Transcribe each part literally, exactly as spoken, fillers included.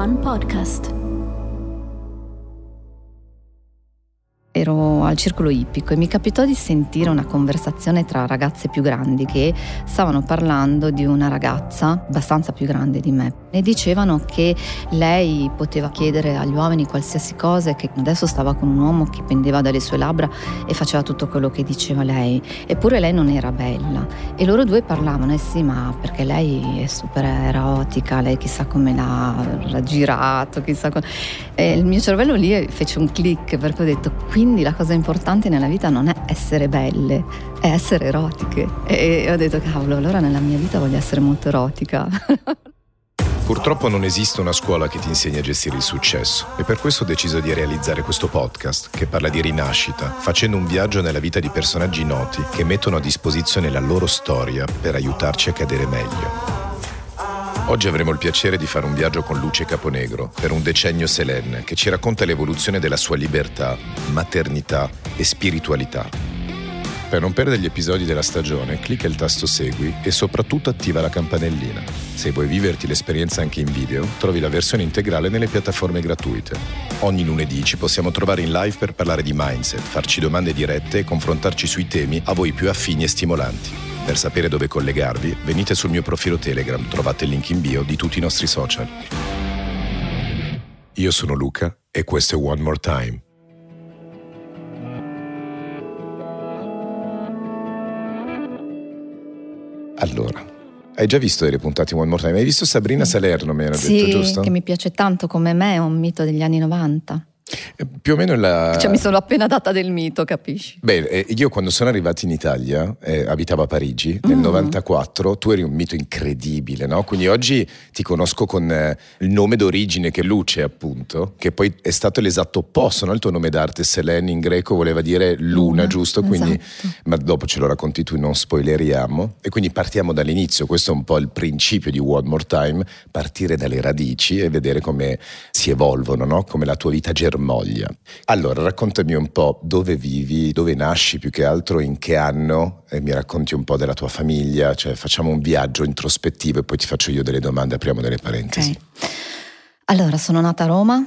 One Podcast. Ero al circolo ippico e mi capitò di sentire una conversazione tra ragazze più grandi che stavano parlando di una ragazza abbastanza più grande di me e dicevano che lei poteva chiedere agli uomini qualsiasi cosa e che adesso stava con un uomo che pendeva dalle sue labbra e faceva tutto quello che diceva lei, eppure lei non era bella. E loro due parlavano, eh sì, ma perché lei è super erotica, lei chissà come l'ha raggirato, chissà come... E il mio cervello lì fece un click, perché ho detto, quindi la cosa importante nella vita non è essere belle, è essere erotiche. E ho detto, cavolo, allora nella mia vita voglio essere molto erotica. Purtroppo non esiste una scuola che ti insegni a gestire il successo e per questo ho deciso di realizzare questo podcast che parla di rinascita, facendo un viaggio nella vita di personaggi noti che mettono a disposizione la loro storia per aiutarci a cadere meglio. Oggi avremo il piacere di fare un viaggio con Luce Caponegro per un decennio Selene che ci racconta l'evoluzione della sua libertà, maternità e spiritualità. Per non perdere gli episodi della stagione, clicca il tasto segui e soprattutto attiva la campanellina. Se vuoi viverti l'esperienza anche in video, trovi la versione integrale nelle piattaforme gratuite. Ogni lunedì ci possiamo trovare in live per parlare di mindset, farci domande dirette e confrontarci sui temi a voi più affini e stimolanti. Per sapere dove collegarvi, venite sul mio profilo Telegram, trovate il link in bio di tutti i nostri social. Io sono Luca e questo è One More Time. Allora, hai già visto le puntate One More Time? Hai visto Sabrina Salerno, mi era sì, detto, giusto? Sì, che mi piace tanto, come me, è un mito degli anni novanta. Eh, più o meno la... Cioè mi sono appena data del mito, capisci? Beh, eh, io quando sono arrivato in Italia, eh, abitavo a Parigi nel mm. novantaquattro, tu eri un mito incredibile, no? Quindi oggi ti conosco con eh, il nome d'origine che è Luce, appunto, che poi è stato l'esatto opposto, no? Il tuo nome d'arte, Selene, in greco voleva dire luna, luna giusto? Quindi, esatto. Ma dopo ce lo racconti tu, non spoileriamo. E quindi partiamo dall'inizio, questo è un po' il principio di One More Time, partire dalle radici e vedere come si evolvono, no? Come la tua vita germoglia. Allora, raccontami un po' dove vivi, dove nasci più che altro, in che anno, e mi racconti un po' della tua famiglia, cioè facciamo un viaggio introspettivo e poi ti faccio io delle domande, apriamo delle parentesi. Okay. Allora, sono nata a Roma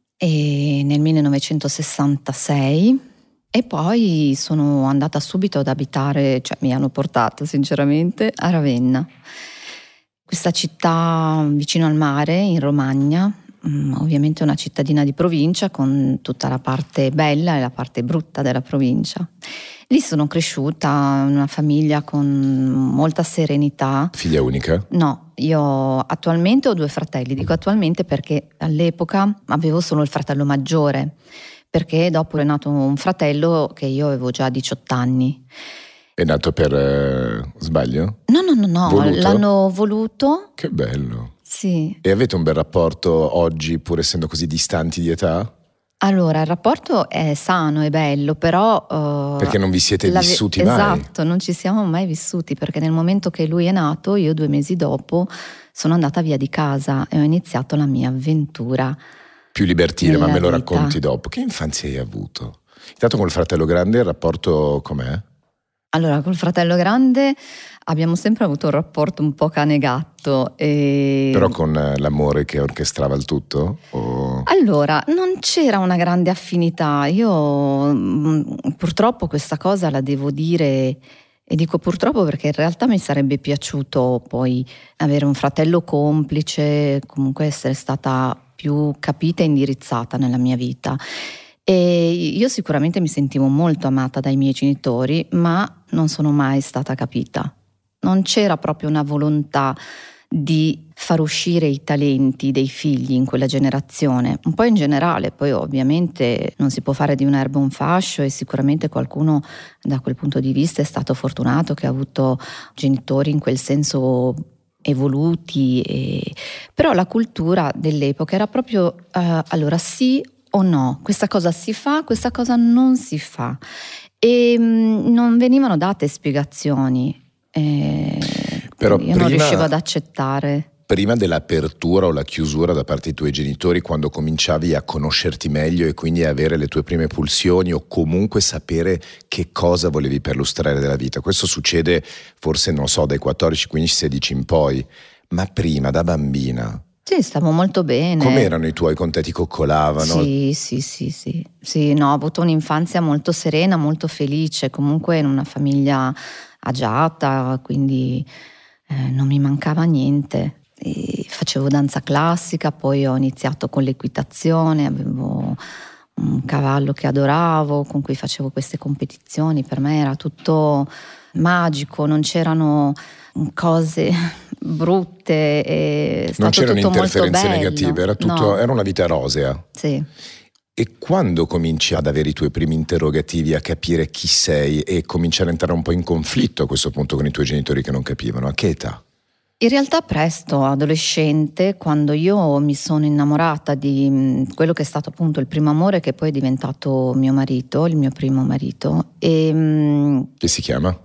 e nel millenovecentosessantasei e poi sono andata subito ad abitare, cioè mi hanno portata sinceramente a Ravenna, questa città vicino al mare in Romagna. Ovviamente una cittadina di provincia con tutta la parte bella e la parte brutta della provincia. Lì sono cresciuta in una famiglia con molta serenità. Figlia unica? No, io attualmente ho due fratelli, dico attualmente perché all'epoca avevo solo il fratello maggiore, perché dopo è nato un fratello che io avevo già diciotto anni. È nato per eh, sbaglio? No, no, no, no, voluto? L'hanno voluto. Che bello. Sì. E avete un bel rapporto oggi, pur essendo così distanti di età? Allora, il rapporto è sano, è bello, però... Uh, perché non vi siete la... vissuti esatto, mai? Esatto, non ci siamo mai vissuti, perché nel momento che lui è nato, io due mesi dopo sono andata via di casa e ho iniziato la mia avventura. Più libertina, ma me lo vita. racconti dopo. Che infanzia hai avuto? Intanto con il fratello grande il rapporto com'è? Allora, col fratello grande abbiamo sempre avuto un rapporto un po' cane gatto. E... Però con l'amore che orchestrava il tutto? O... Allora, non c'era una grande affinità. Io mh, purtroppo questa cosa la devo dire, e dico purtroppo perché in realtà mi sarebbe piaciuto poi avere un fratello complice, comunque essere stata più capita e indirizzata nella mia vita. E io sicuramente mi sentivo molto amata dai miei genitori, ma non sono mai stata capita. Non c'era proprio una volontà di far uscire i talenti dei figli in quella generazione, un po' in generale. Poi ovviamente non si può fare di un'erba un fascio e sicuramente qualcuno da quel punto di vista è stato fortunato che ha avuto genitori in quel senso evoluti, e... però la cultura dell'epoca era proprio uh, allora sì o no, questa cosa si fa, questa cosa non si fa, e mh, non venivano date spiegazioni, e però io prima, non riuscivo ad accettare. Prima dell'apertura o la chiusura da parte dei tuoi genitori, quando cominciavi a conoscerti meglio e quindi a avere le tue prime pulsioni o comunque sapere che cosa volevi perlustrare della vita, questo succede forse, non so, dai quattordici, quindici, sedici in poi, ma prima, da bambina, Sì, stavo molto bene. Com'erano i tuoi con te? Ti coccolavano? Sì, sì, sì, sì. Sì, no, ho avuto un'infanzia molto serena, molto felice, comunque in una famiglia agiata, quindi eh, non mi mancava niente. E facevo danza classica, poi ho iniziato con l'equitazione, avevo un cavallo che adoravo, con cui facevo queste competizioni. Per me era tutto magico, non c'erano cose brutte, è stato non c'erano tutto interferenze molto bello. negative, era tutto, No. era una vita rosea. Sì. E quando cominci ad avere i tuoi primi interrogativi, a capire chi sei e cominciare a entrare un po' in conflitto a questo punto con i tuoi genitori che non capivano? A che età? In realtà presto, adolescente, quando io mi sono innamorata di quello che è stato appunto il primo amore, che poi è diventato mio marito, il mio primo marito. E, che si chiama?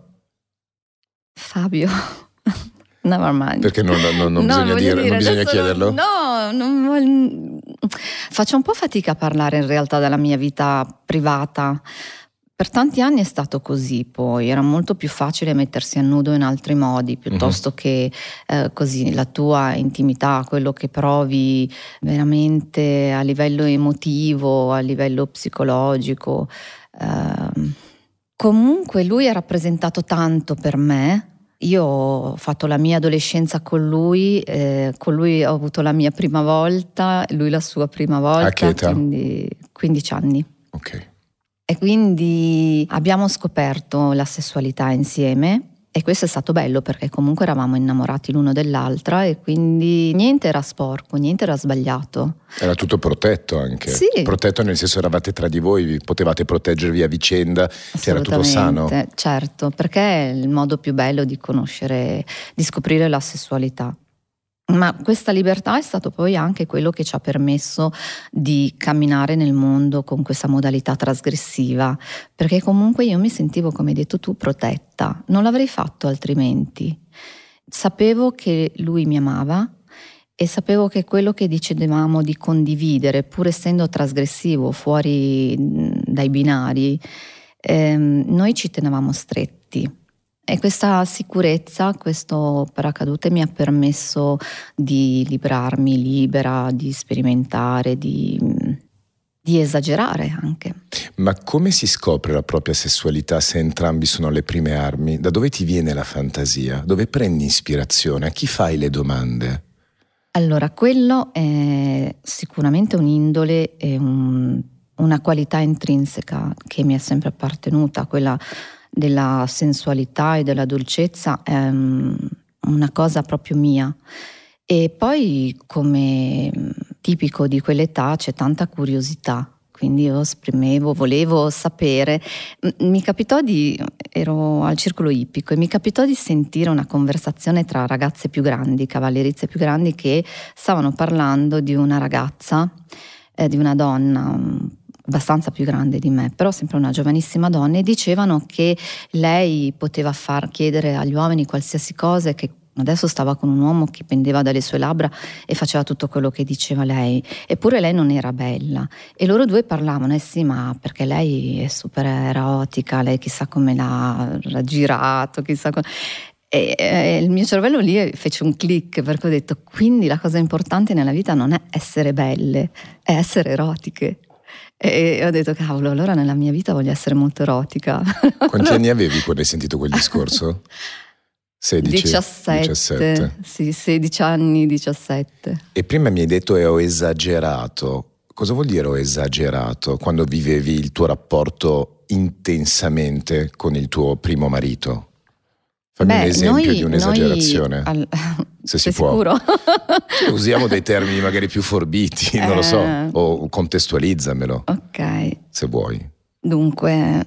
Fabio. Never mind. Perché non, non, non no, bisogna, dire, dire, non bisogna chiederlo? No, non voglio... faccio un po' fatica a parlare in realtà della mia vita privata. Per tanti anni è stato così, poi era molto più facile mettersi a nudo in altri modi piuttosto uh-huh. che eh, così la tua intimità, quello che provi veramente a livello emotivo, a livello psicologico. Eh, comunque lui ha rappresentato tanto per me. Io ho fatto la mia adolescenza con lui, eh, con lui ho avuto la mia prima volta, lui la sua prima volta. A che età? Quindi quindici anni. Ok. E quindi abbiamo scoperto la sessualità insieme e questo è stato bello perché comunque eravamo innamorati l'uno dell'altra e quindi niente era sporco, niente era sbagliato. Era tutto protetto anche. Sì. Protetto nel senso eravate tra di voi, potevate proteggervi a vicenda, era tutto sano. Certo, perché è il modo più bello di conoscere, di scoprire la sessualità. Ma questa libertà è stato poi anche quello che ci ha permesso di camminare nel mondo con questa modalità trasgressiva, perché comunque io mi sentivo, come hai detto tu, protetta, non l'avrei fatto altrimenti. Sapevo che lui mi amava e sapevo che quello che decidevamo di condividere, pur essendo trasgressivo, fuori dai binari, ehm, noi ci tenevamo stretti. E questa sicurezza, questo paracadute mi ha permesso di librarmi libera, di sperimentare, di, di esagerare anche. Ma come si scopre la propria sessualità se entrambi sono alle prime armi? Da dove ti viene la fantasia? Dove prendi ispirazione? A chi fai le domande? Allora, quello è sicuramente un'indole e un, una qualità intrinseca che mi è sempre appartenuta, quella della sensualità e della dolcezza, è una cosa proprio mia. E poi, come tipico di quell'età, c'è tanta curiosità, quindi io esprimevo, volevo sapere. Mi capitò di, ero al circolo ippico e mi capitò di sentire una conversazione tra ragazze più grandi, cavallerize più grandi, che stavano parlando di una ragazza, eh, di una donna abbastanza più grande di me, però sempre una giovanissima donna, e dicevano che lei poteva far chiedere agli uomini qualsiasi cosa e che adesso stava con un uomo che pendeva dalle sue labbra e faceva tutto quello che diceva lei, eppure lei non era bella. E loro due parlavano, eh sì, ma perché lei è super erotica, lei chissà come l'ha raggirato, chissà come... E, e il mio cervello lì fece un click, perché ho detto, quindi la cosa importante nella vita non è essere belle, è essere erotiche. E ho detto, cavolo, allora nella mia vita voglio essere molto erotica. Quanti anni avevi quando hai sentito quel discorso? sedici? diciassette, diciassette. Sì, sedici anni, diciassette. E prima mi hai detto e ho esagerato. Cosa vuol dire ho esagerato quando vivevi il tuo rapporto intensamente con il tuo primo marito? Fammi Beh, un esempio noi, di un'esagerazione. Noi, al... Se Sei si può. Sicuro? Cioè, usiamo dei termini magari più forbiti, eh... non lo so, o contestualizzamelo. Ok. Se vuoi. Dunque,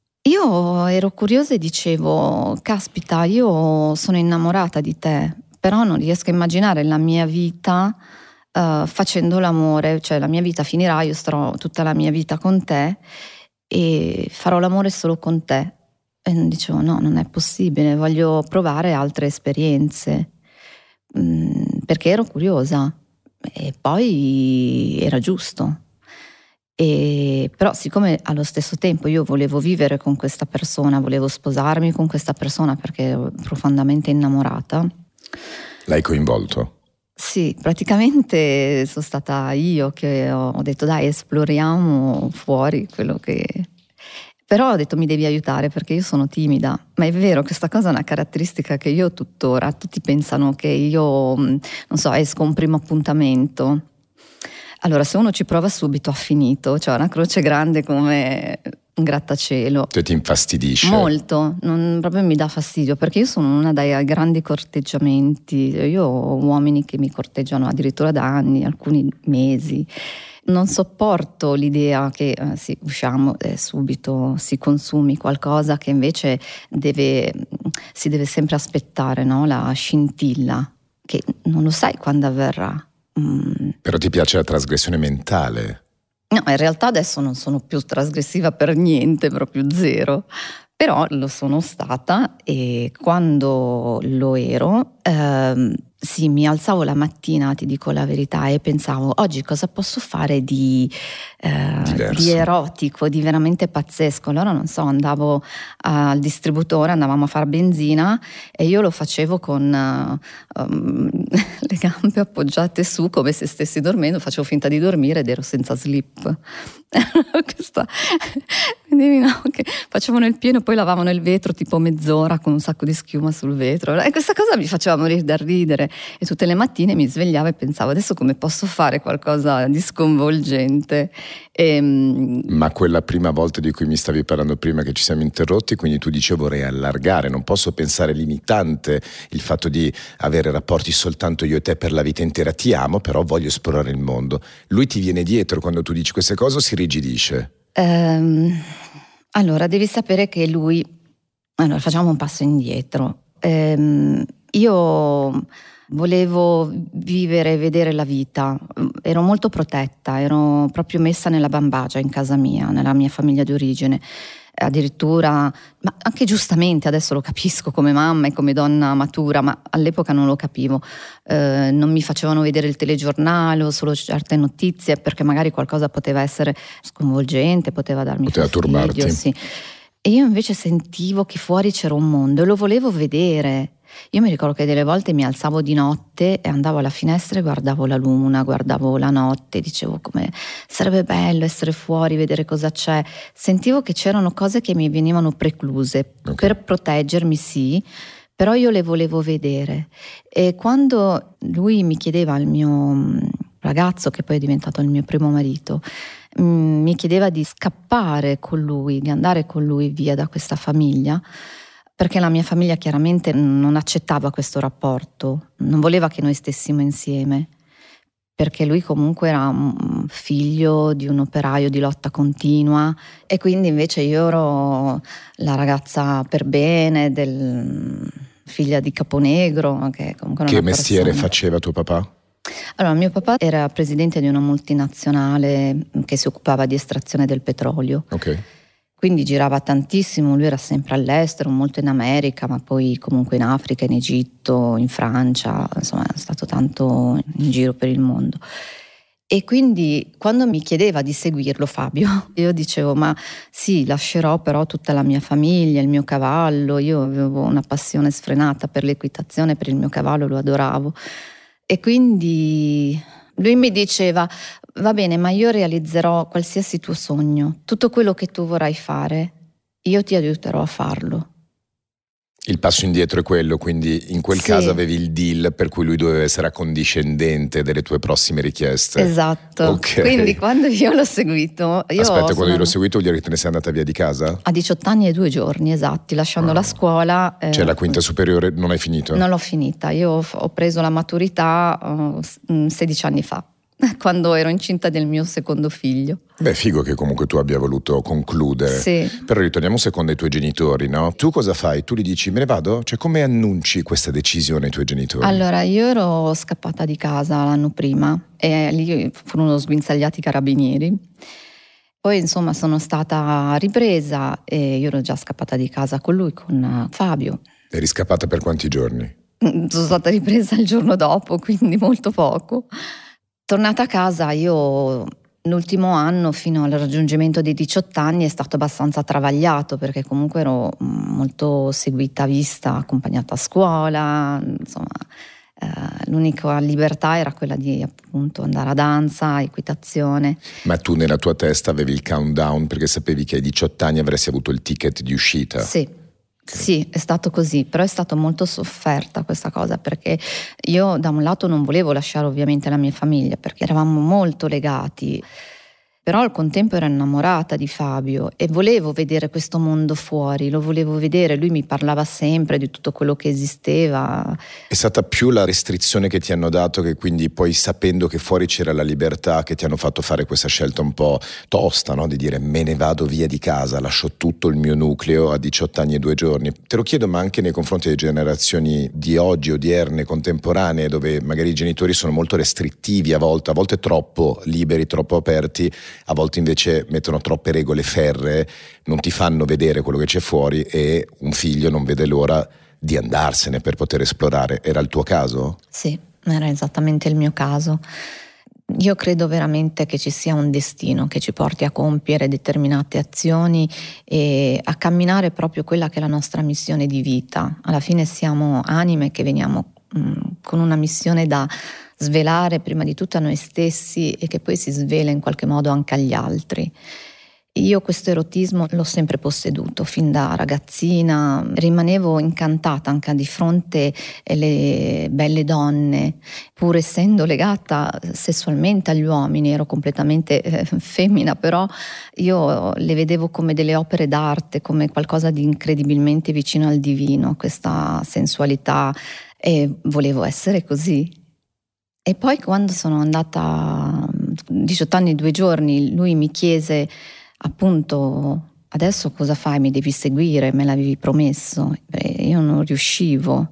io ero curiosa e dicevo, caspita, io sono innamorata di te, però non riesco a immaginare la mia vita uh, facendo l'amore, cioè la mia vita finirà, io starò tutta la mia vita con te e farò l'amore solo con te. E dicevo, no, non è possibile, voglio provare altre esperienze, mm, perché ero curiosa e poi era giusto. E, però siccome allo stesso tempo io volevo vivere con questa persona, volevo sposarmi con questa persona perché ero profondamente innamorata. L'hai coinvolto? Sì, praticamente sono stata io che ho, ho detto dai, esploriamo fuori quello che... Però ho detto mi devi aiutare perché io sono timida, ma è vero, questa cosa è una caratteristica che io tuttora, tutti pensano che io, non so, esco a un primo appuntamento. Allora, se uno ci prova subito ha finito, cioè una croce grande come un grattacielo. Cioè ti infastidisce? Molto, non, proprio mi dà fastidio, perché io sono una dai grandi corteggiamenti, io ho uomini che mi corteggiano addirittura da anni, alcuni mesi. Non sopporto l'idea che eh, sì, usciamo e subito si consumi qualcosa che invece deve, si deve sempre aspettare, no? La scintilla, che non lo sai quando avverrà. Mm. Però ti piace la trasgressione mentale? No, in realtà adesso non sono più trasgressiva per niente, proprio zero. Però lo sono stata e quando lo ero, ehm, sì, mi alzavo la mattina, ti dico la verità, e pensavo oggi cosa posso fare di, eh, di erotico, di veramente pazzesco. Allora non so, andavo al distributore, andavamo a fare benzina e io lo facevo con uh, um, le gambe appoggiate su come se stessi dormendo, facevo finta di dormire ed ero senza slip. Questa, quindi no, che facevano il pieno, poi lavavano il vetro tipo mezz'ora con un sacco di schiuma sul vetro e questa cosa mi faceva morire da ridere e tutte le mattine mi svegliavo e pensavo adesso come posso fare qualcosa di sconvolgente. E, ma quella prima volta di cui mi stavi parlando prima che ci siamo interrotti, quindi tu dicevi vorrei allargare, non posso pensare limitante il fatto di avere rapporti soltanto io e te per la vita intera, ti amo però voglio esplorare il mondo. Lui ti viene dietro quando tu dici queste cose o si rigidisce? Ehm, allora devi sapere che lui, allora facciamo un passo indietro, ehm, io volevo vivere e vedere la vita, ero molto protetta, ero proprio messa nella bambagia in casa mia, nella mia famiglia di origine, addirittura, ma anche giustamente adesso lo capisco come mamma e come donna matura, ma all'epoca non lo capivo, eh, non mi facevano vedere il telegiornale o solo certe notizie perché magari qualcosa poteva essere sconvolgente, poteva darmi poteva fastidio, turbarti. Sì. E io invece sentivo che fuori c'era un mondo e lo volevo vedere. Io mi ricordo che delle volte mi alzavo di notte e andavo alla finestra e guardavo la luna, guardavo la notte, dicevo come sarebbe bello essere fuori, vedere cosa c'è. Sentivo che c'erano cose che mi venivano precluse, okay. Per proteggermi sì, però io le volevo vedere. E quando lui mi chiedeva, il mio ragazzo che poi è diventato il mio primo marito, mi chiedeva di scappare con lui, di andare con lui via da questa famiglia, perché la mia famiglia chiaramente non accettava questo rapporto, non voleva che noi stessimo insieme, perché lui comunque era un figlio di un operaio di lotta continua e quindi invece io ero la ragazza per bene, del, figlia di Caponegro. Che, comunque che mestiere persona. Faceva tuo papà? Allora, mio papà era presidente di una multinazionale che si occupava di estrazione del petrolio. Ok. Quindi girava tantissimo, lui era sempre all'estero, molto in America, ma poi comunque in Africa, in Egitto, in Francia, insomma è stato tanto in giro per il mondo. E quindi quando mi chiedeva di seguirlo Fabio, io dicevo ma sì, lascerò però tutta la mia famiglia, il mio cavallo, io avevo una passione sfrenata per l'equitazione, per il mio cavallo, lo adoravo. E quindi lui mi diceva va bene, ma io realizzerò qualsiasi tuo sogno, tutto quello che tu vorrai fare, io ti aiuterò a farlo. Il passo indietro è quello, quindi in quel sì. caso avevi il deal per cui lui doveva essere accondiscendente delle tue prossime richieste. Esatto, okay. Quindi quando io l'ho seguito... Io Aspetta, quando sono... io l'ho seguito vuol dire che te ne sei andata via di casa? A diciotto anni e due giorni, esatti, lasciando ah. la scuola. Cioè eh, la quinta superiore non hai finito? Non l'ho finita, io ho preso la maturità uh, sedici anni fa, quando ero incinta del mio secondo figlio. Beh, figo che comunque tu abbia voluto concludere. Sì. Però ritorniamo un secondo ai tuoi genitori, no? Tu cosa fai? Tu gli dici me ne vado? Cioè come annunci questa decisione ai tuoi genitori? Allora, io ero scappata di casa l'anno prima e lì furono sguinzagliati i carabinieri. Poi insomma sono stata ripresa e io ero già scappata di casa con lui, con Fabio. Eri scappata per quanti giorni? Sono stata ripresa il giorno dopo, quindi molto poco. Tornata a casa io... L'ultimo anno fino al raggiungimento dei diciotto anni è stato abbastanza travagliato perché comunque ero molto seguita, vista, accompagnata a scuola, insomma Uh, l'unica libertà era quella di appunto andare a danza, equitazione. Ma tu nella tua testa avevi il countdown perché sapevi che ai diciotto anni avresti avuto il ticket di uscita? Sì, okay. Sì, è stato così, però è stato molto sofferta questa cosa, perché io da un lato non volevo lasciare ovviamente la mia famiglia, perché eravamo molto legati. Però al contempo ero innamorata di Fabio e volevo vedere questo mondo fuori, lo volevo vedere, lui mi parlava sempre di tutto quello che esisteva. È stata più la restrizione che ti hanno dato, che quindi poi sapendo che fuori c'era la libertà, che ti hanno fatto fare questa scelta un po' tosta, no? Di dire me ne vado via di casa, lascio tutto il mio nucleo a diciotto anni e due giorni. Te lo chiedo, ma anche nei confronti delle generazioni di oggi, odierne, contemporanee, dove magari i genitori sono molto restrittivi a volte, a volte troppo liberi, troppo aperti, a volte invece mettono troppe regole ferree, non ti fanno vedere quello che c'è fuori e un figlio non vede l'ora di andarsene per poter esplorare. Era il tuo caso? Sì, era esattamente il mio caso. Io credo veramente che ci sia un destino che ci porti a compiere determinate azioni e a camminare proprio quella che è la nostra missione di vita. Alla fine siamo anime che veniamo mh, con una missione da svelare prima di tutto a noi stessi e che poi si svela in qualche modo anche agli altri. Io questo erotismo l'ho sempre posseduto fin da ragazzina, rimanevo incantata anche di fronte alle belle donne, pur essendo legata sessualmente agli uomini, ero completamente eh, femmina, però io le vedevo come delle opere d'arte, come qualcosa di incredibilmente vicino al divino, questa sensualità, e volevo essere così. E poi quando sono andata diciotto anni e due giorni, lui mi chiese appunto adesso cosa fai? Mi devi seguire, me l'avevi promesso. E io non riuscivo.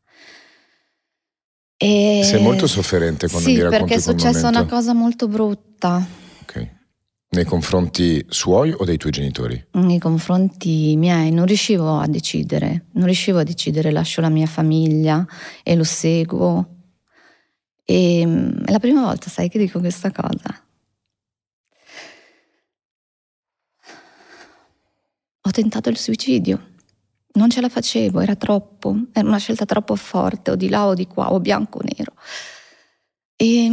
E sei molto sofferente quando sì, mi racconti perché è successa una cosa molto brutta. Ok. Nei confronti suoi o dei tuoi genitori? Nei confronti miei non riuscivo a decidere, non riuscivo a decidere, lascio la mia famiglia e lo seguo. E è la prima volta, sai, che dico questa cosa. Ho tentato il suicidio, non ce la facevo, era troppo, era una scelta troppo forte, o di là o di qua, o bianco o nero. E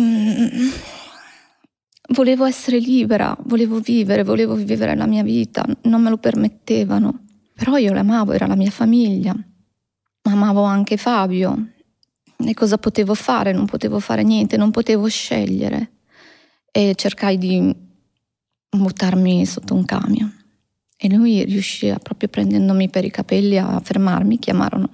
volevo essere libera, volevo vivere, volevo vivere la mia vita, non me lo permettevano. Però io l'amavo, era la mia famiglia, ma amavo anche Fabio. E cosa potevo fare? Non potevo fare niente, non potevo scegliere. E cercai di buttarmi sotto un camion. E lui riuscì, a, proprio prendendomi per i capelli, a fermarmi. Chiamarono.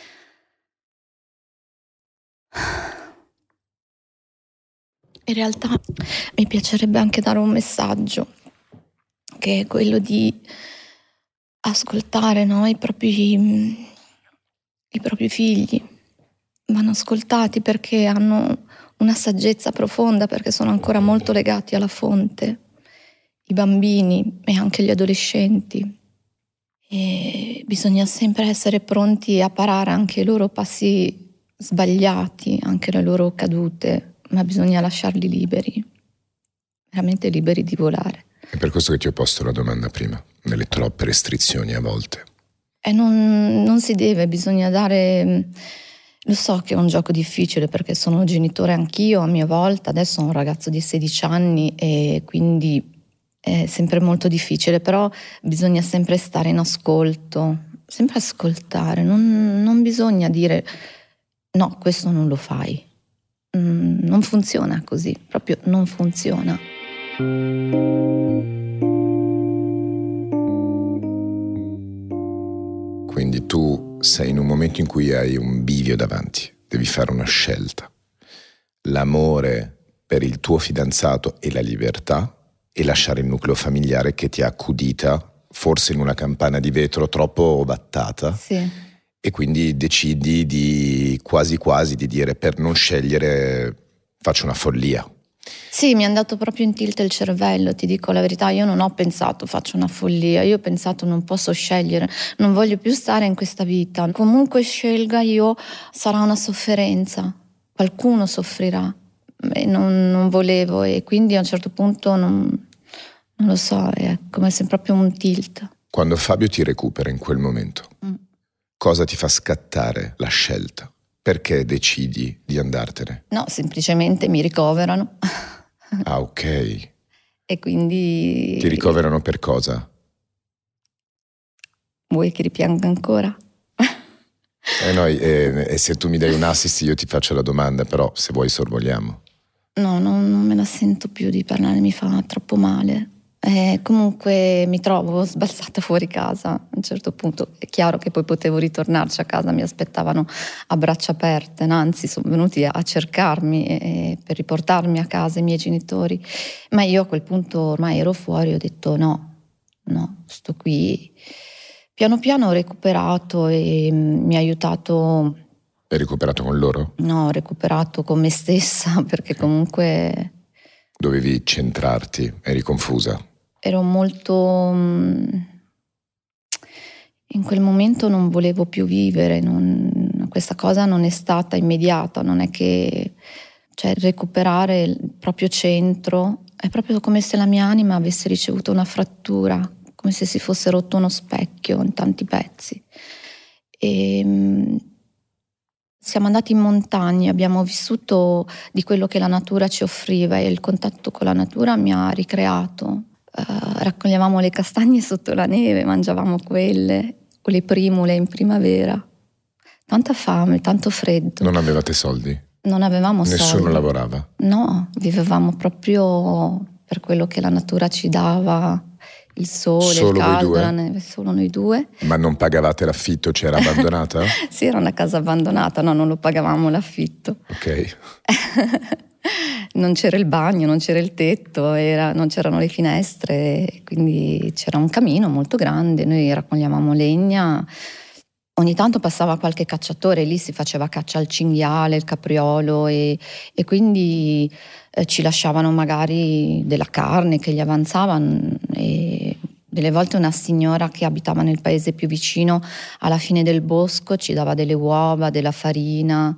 In realtà mi piacerebbe anche dare un messaggio, che è quello di ascoltare, no, i propri, i propri figli. Vanno ascoltati perché hanno una saggezza profonda, perché sono ancora molto legati alla fonte, i bambini e anche gli adolescenti. E bisogna sempre essere pronti a parare anche i loro passi sbagliati, anche le loro cadute, ma bisogna lasciarli liberi, veramente liberi di volare. È per questo che ti ho posto la domanda prima, nelle troppe restrizioni a volte. E non, non si deve, bisogna dare... Lo so che è un gioco difficile perché sono genitore anch'io a mia volta, adesso ho un ragazzo di sedici anni e quindi è sempre molto difficile, però bisogna sempre stare in ascolto, sempre ascoltare, non, non bisogna dire no, questo non lo fai, mm, non funziona così, proprio non funziona. Quindi tu sei in un momento in cui hai un bivio davanti, devi fare una scelta. L'amore per il tuo fidanzato e la libertà, e lasciare il nucleo familiare che ti ha accudita, forse in una campana di vetro troppo ovattata. Sì. E quindi decidi di quasi quasi di dire per non scegliere faccio una follia. Sì, mi è andato proprio in tilt il cervello, ti dico la verità, io non ho pensato faccio una follia, io ho pensato non posso scegliere, non voglio più stare in questa vita, comunque scelga io sarà una sofferenza, qualcuno soffrirà e non, non volevo e quindi a un certo punto non, non lo so, è come se proprio un tilt. Quando Fabio ti recupera in quel momento, mm. cosa ti fa scattare la scelta? Perché decidi di andartene? No, semplicemente mi ricoverano. Ah, ok. E quindi... Ti ricoverano per cosa? Vuoi che ripianga ancora? Eh no, e, e se tu mi dai un assist io ti faccio la domanda, però se vuoi sorvoliamo. No, non, non me la sento più di parlare, mi fa troppo male. Eh, comunque mi trovo sbalzata fuori casa a un certo punto. È chiaro che poi potevo ritornarci a casa, mi aspettavano a braccia aperte, anzi sono venuti a cercarmi eh, per riportarmi a casa i miei genitori, ma io a quel punto ormai ero fuori, ho detto no, no, sto qui. Piano piano ho recuperato e mi ha aiutato. Hai recuperato con loro? No, ho recuperato con me stessa, perché comunque... Dovevi centrarti, eri confusa? Ero molto... In quel momento non volevo più vivere, non... questa cosa non è stata immediata, non è che... Cioè, recuperare il proprio centro è proprio come se la mia anima avesse ricevuto una frattura, come se si fosse rotto uno specchio in tanti pezzi. E... Siamo andati in montagna, abbiamo vissuto di quello che la natura ci offriva e il contatto con la natura mi ha ricreato. Uh, raccoglievamo le castagne sotto la neve, mangiavamo quelle, o le primule in primavera. Tanta fame, tanto freddo. Non avevate soldi? Non avevamo soldi. Nessuno lavorava? No, vivevamo proprio per quello che la natura ci dava. Il sole, solo il caldo, voi due? La neve, solo noi due. Ma non pagavate l'affitto, c'era abbandonata? Sì, era una casa abbandonata, no, non lo pagavamo l'affitto. Ok. Non c'era il bagno, non c'era il tetto, era, non c'erano le finestre, quindi c'era un camino molto grande, noi raccoglievamo legna. Ogni tanto passava qualche cacciatore, lì si faceva caccia al cinghiale, il capriolo e, e quindi eh, ci lasciavano magari della carne che gli avanzavano e delle volte una signora che abitava nel paese più vicino alla fine del bosco ci dava delle uova, della farina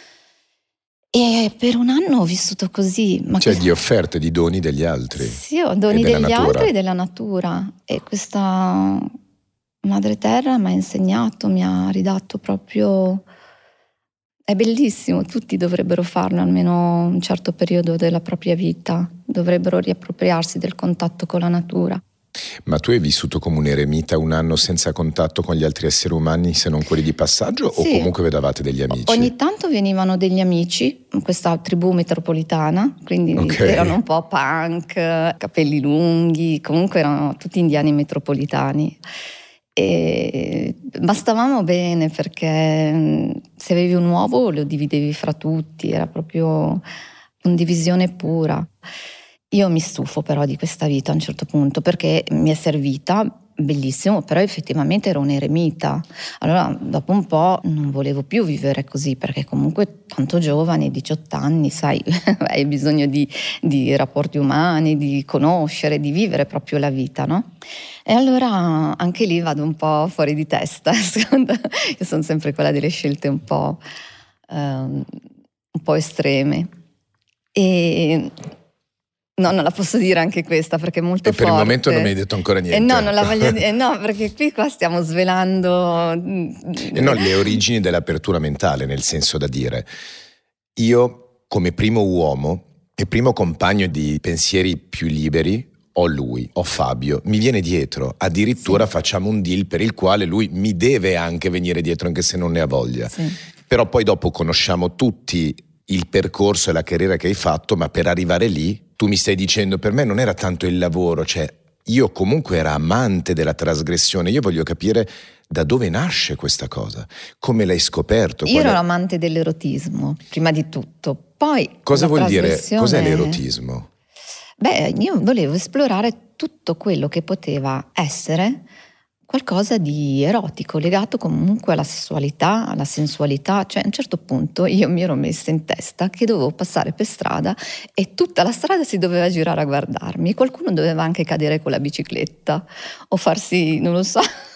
e per un anno ho vissuto così. Ma cioè che... di offerte, di doni degli altri. Sì, ho doni degli natura. altri e della natura e questa... Madre Terra mi ha insegnato, mi ha ridato proprio... È bellissimo, tutti dovrebbero farlo almeno un certo periodo della propria vita, dovrebbero riappropriarsi del contatto con la natura. Ma tu hai vissuto come un eremita un anno senza contatto con gli altri esseri umani se non quelli di passaggio sì. O comunque vedevate degli amici? Ogni tanto venivano degli amici, questa tribù metropolitana, quindi okay. Erano un po' punk, capelli lunghi, comunque erano tutti indiani metropolitani. E bastavamo bene perché se avevi un uovo lo dividevi fra tutti, era proprio condivisione pura. Io mi stufo però di questa vita a un certo punto perché mi è servita, bellissimo, però effettivamente ero un eremita. Allora dopo un po' non volevo più vivere così perché comunque tanto giovane, diciotto anni, sai, hai bisogno di, di rapporti umani, di conoscere, di vivere proprio la vita, no? E allora anche lì vado un po' fuori di testa, secondo... io sono sempre quella delle scelte un po', um, un po' estreme. E... No, non la posso dire anche questa perché è molto e forte. E per il momento non mi hai detto ancora niente. E no, non la voglio dire, no, perché qui qua stiamo svelando... E no, le origini dell'apertura mentale, nel senso da dire, io come primo uomo e primo compagno di pensieri più liberi, ho lui, ho Fabio, mi viene dietro, addirittura sì. Facciamo un deal per il quale lui mi deve anche venire dietro anche se non ne ha voglia. Sì. Però poi dopo conosciamo tutti il percorso e la carriera che hai fatto, ma per arrivare lì tu mi stai dicendo per me non era tanto il lavoro, cioè io comunque ero amante della trasgressione, io voglio capire da dove nasce questa cosa, come l'hai scoperto. Io ero è... amante dell'erotismo, prima di tutto, poi cosa vuol dire, cos'è l'erotismo? Beh, io volevo esplorare tutto quello che poteva essere qualcosa di erotico, legato comunque alla sessualità, alla sensualità. Cioè a un certo punto io mi ero messa in testa che dovevo passare per strada e tutta la strada si doveva girare a guardarmi. Qualcuno doveva anche cadere con la bicicletta o farsi, non lo so...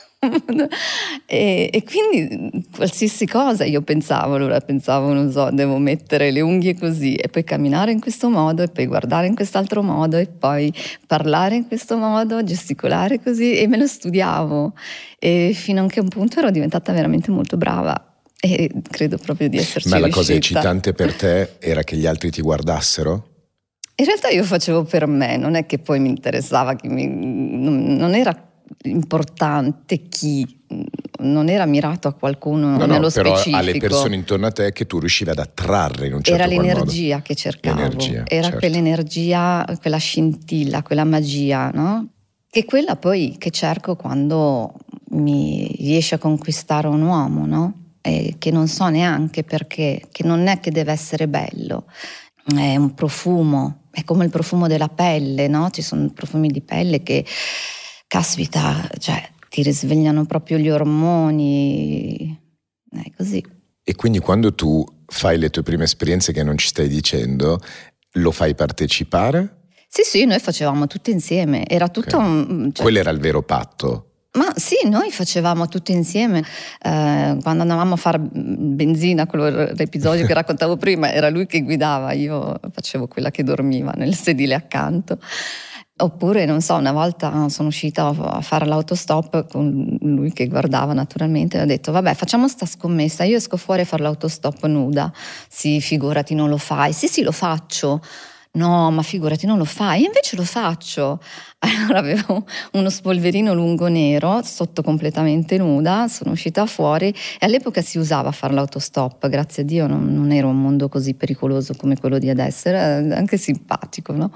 e, e quindi qualsiasi cosa io pensavo, allora pensavo, non so, devo mettere le unghie così e poi camminare in questo modo e poi guardare in quest'altro modo e poi parlare in questo modo, gesticolare così e me lo studiavo e fino a che un punto ero diventata veramente molto brava e credo proprio di esserci Ma la riuscita. cosa eccitante per te era che gli altri ti guardassero? In realtà io facevo per me, non è che poi mi interessava, che mi, non era importante chi, non era mirato a qualcuno no, nello no, però specifico. alle persone intorno a te che tu riuscivi ad attrarre in un certo era qual modo. l'energia che cercavo, L'energia, era certo. quell'energia, quella scintilla, quella magia, no? Che quella poi che cerco quando mi riesce a conquistare un uomo, no? E che non so neanche perché, che non è che deve essere bello, è un profumo, è come il profumo della pelle, no? Ci sono profumi di pelle che, caspita, cioè ti risvegliano proprio gli ormoni, è così. E quindi quando tu fai le tue prime esperienze che non ci stai dicendo, lo fai partecipare? Sì, sì, noi facevamo tutti insieme, era tutto Okay. un... Cioè, Quello era il vero patto? ma sì, noi facevamo tutti insieme, eh, quando andavamo a fare benzina, quello l'episodio che raccontavo prima, era lui che guidava, io facevo quella che dormiva nel sedile accanto. Oppure, non so, una volta sono uscita a fare l'autostop con lui che guardava naturalmente e ho detto vabbè, facciamo sta scommessa, io esco fuori a fare l'autostop nuda. Sì, figurati, non lo fai. Sì, sì, lo faccio. No, ma figurati, non lo fai. E invece lo faccio. Allora avevo uno spolverino lungo nero, sotto completamente nuda, sono uscita fuori e all'epoca si usava fare l'autostop, grazie a Dio non, non era un mondo così pericoloso come quello di adesso, era anche simpatico, no?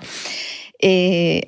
E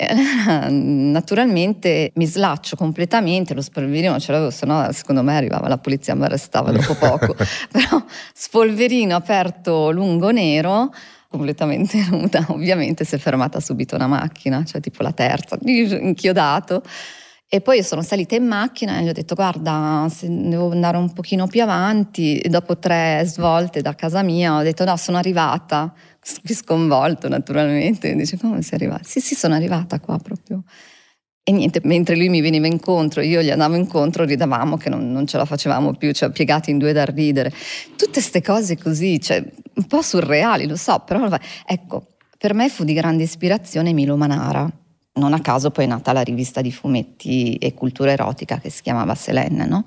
naturalmente mi slaccio completamente, lo spolverino ce l'avevo, se no secondo me arrivava la polizia, mi arrestava dopo poco. Però spolverino aperto lungo nero, completamente nuda, ovviamente si è fermata subito una macchina, cioè tipo la terza, inchiodato. E poi io sono salita in macchina e gli ho detto guarda, se devo andare un pochino più avanti, e dopo tre svolte da casa mia ho detto no, sono arrivata, sconvolto naturalmente, e dice come sei arrivata? Sì, sì, sono arrivata qua proprio. E niente, mentre lui mi veniva incontro, io gli andavo incontro, ridavamo che non, non ce la facevamo più, cioè piegati in due da ridere. Tutte ste cose così, cioè un po' surreali, lo so, però ecco, per me fu di grande ispirazione Milo Manara. Non a caso poi è nata la rivista di fumetti e cultura erotica che si chiamava Selene, no?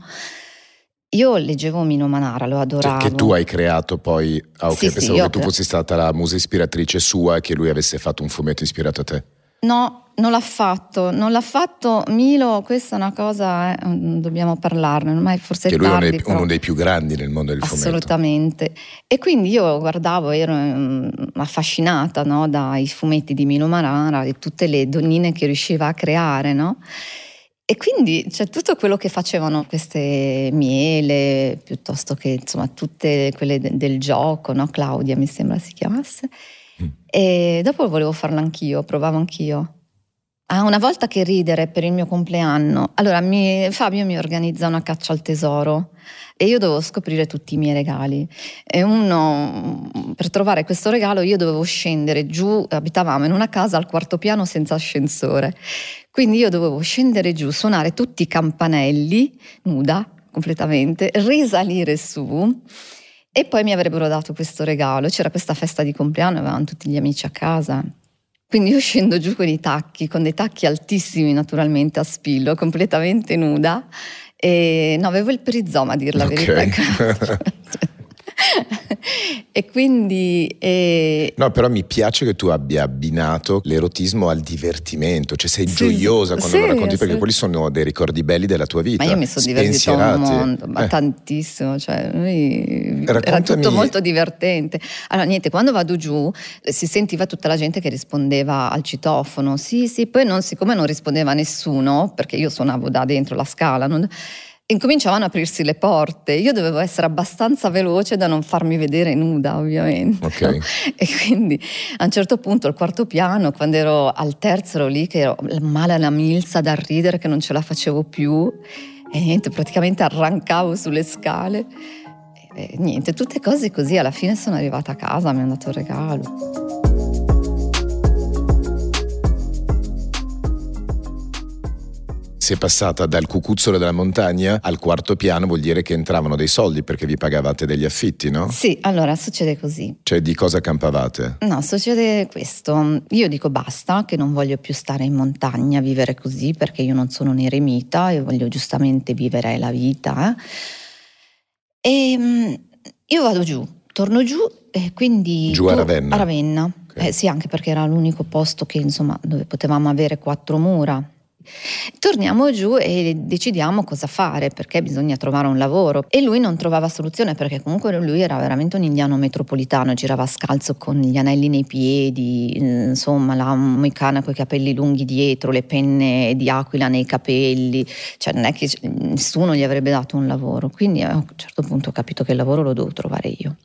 Io leggevo Milo Manara, lo adoravo. Che, che tu hai creato poi? Ah, ok, sì, pensavo sì, che tu cre- fossi stata la musa ispiratrice sua e che lui avesse fatto un fumetto ispirato a te. No, non l'ha fatto, non l'ha fatto Milo, questa è una cosa, eh, dobbiamo parlarne, ormai forse Che è lui tardi. è uno, Però... uno dei più grandi nel mondo del fumetto. Assolutamente. E quindi io guardavo, ero um, affascinata, no, dai fumetti di Milo Manara e tutte le donnine che riusciva a creare, no? E quindi c'è tutto quello che facevano queste Miele, piuttosto che insomma tutte quelle de- del gioco, no? Claudia mi sembra si chiamasse. Mm. E dopo volevo farlo anch'io, provavo anch'io. Ah, una volta che ridere per il mio compleanno, allora mi, Fabio mi organizza una caccia al tesoro e io dovevo scoprire tutti i miei regali e uno, per trovare questo regalo io dovevo scendere giù, abitavamo in una casa al quarto piano senza ascensore, quindi io dovevo scendere giù, suonare tutti i campanelli, nuda completamente, risalire su e poi mi avrebbero dato questo regalo, c'era questa festa di compleanno, avevano tutti gli amici a casa. Quindi io scendo giù con i tacchi, con dei tacchi altissimi naturalmente a spillo, completamente nuda, e no, avevo il perizoma a dir la Okay. verità. E quindi eh... no, però mi piace che tu abbia abbinato l'erotismo al divertimento, cioè sei sì, gioiosa quando sì, lo racconti, sì. perché quelli sono dei ricordi belli della tua vita. Ma io mi sono divertita un mondo, ma eh. tantissimo, cioè noi... Raccontami... era tutto molto divertente. Allora niente, quando vado giù si sentiva tutta la gente che rispondeva al citofono, sì sì, poi non, siccome non rispondeva nessuno, perché io suonavo da dentro la scala, non... incominciavano ad aprirsi le porte, io dovevo essere abbastanza veloce da non farmi vedere nuda ovviamente, okay. No? E quindi a un certo punto al quarto piano, quando ero al terzo ero lì che ero male alla milza da ridere che non ce la facevo più e niente, praticamente arrancavo sulle scale e niente, tutte cose così, alla fine sono arrivata a casa, mi hanno dato il regalo. Sei passata dal cucuzzolo della montagna al quarto piano, vuol dire che entravano dei soldi perché vi pagavate degli affitti, no? Sì, allora succede così. Cioè di cosa campavate? No, succede questo. Io dico basta, che non voglio più stare in montagna, vivere così, perché io non sono un eremita e voglio giustamente vivere la vita. E mh, io vado giù, torno giù e quindi... Giù a Ravenna? A Ravenna, okay. eh, sì, anche perché era l'unico posto che insomma dove potevamo avere quattro mura. Torniamo giù e decidiamo cosa fare, perché bisogna trovare un lavoro, e lui non trovava soluzione perché comunque lui era veramente un indiano metropolitano, girava scalzo con gli anelli nei piedi, insomma la moicana con i capelli lunghi dietro, le penne di aquila nei capelli, cioè non è che nessuno gli avrebbe dato un lavoro, quindi a un certo punto ho capito che il lavoro lo devo trovare io.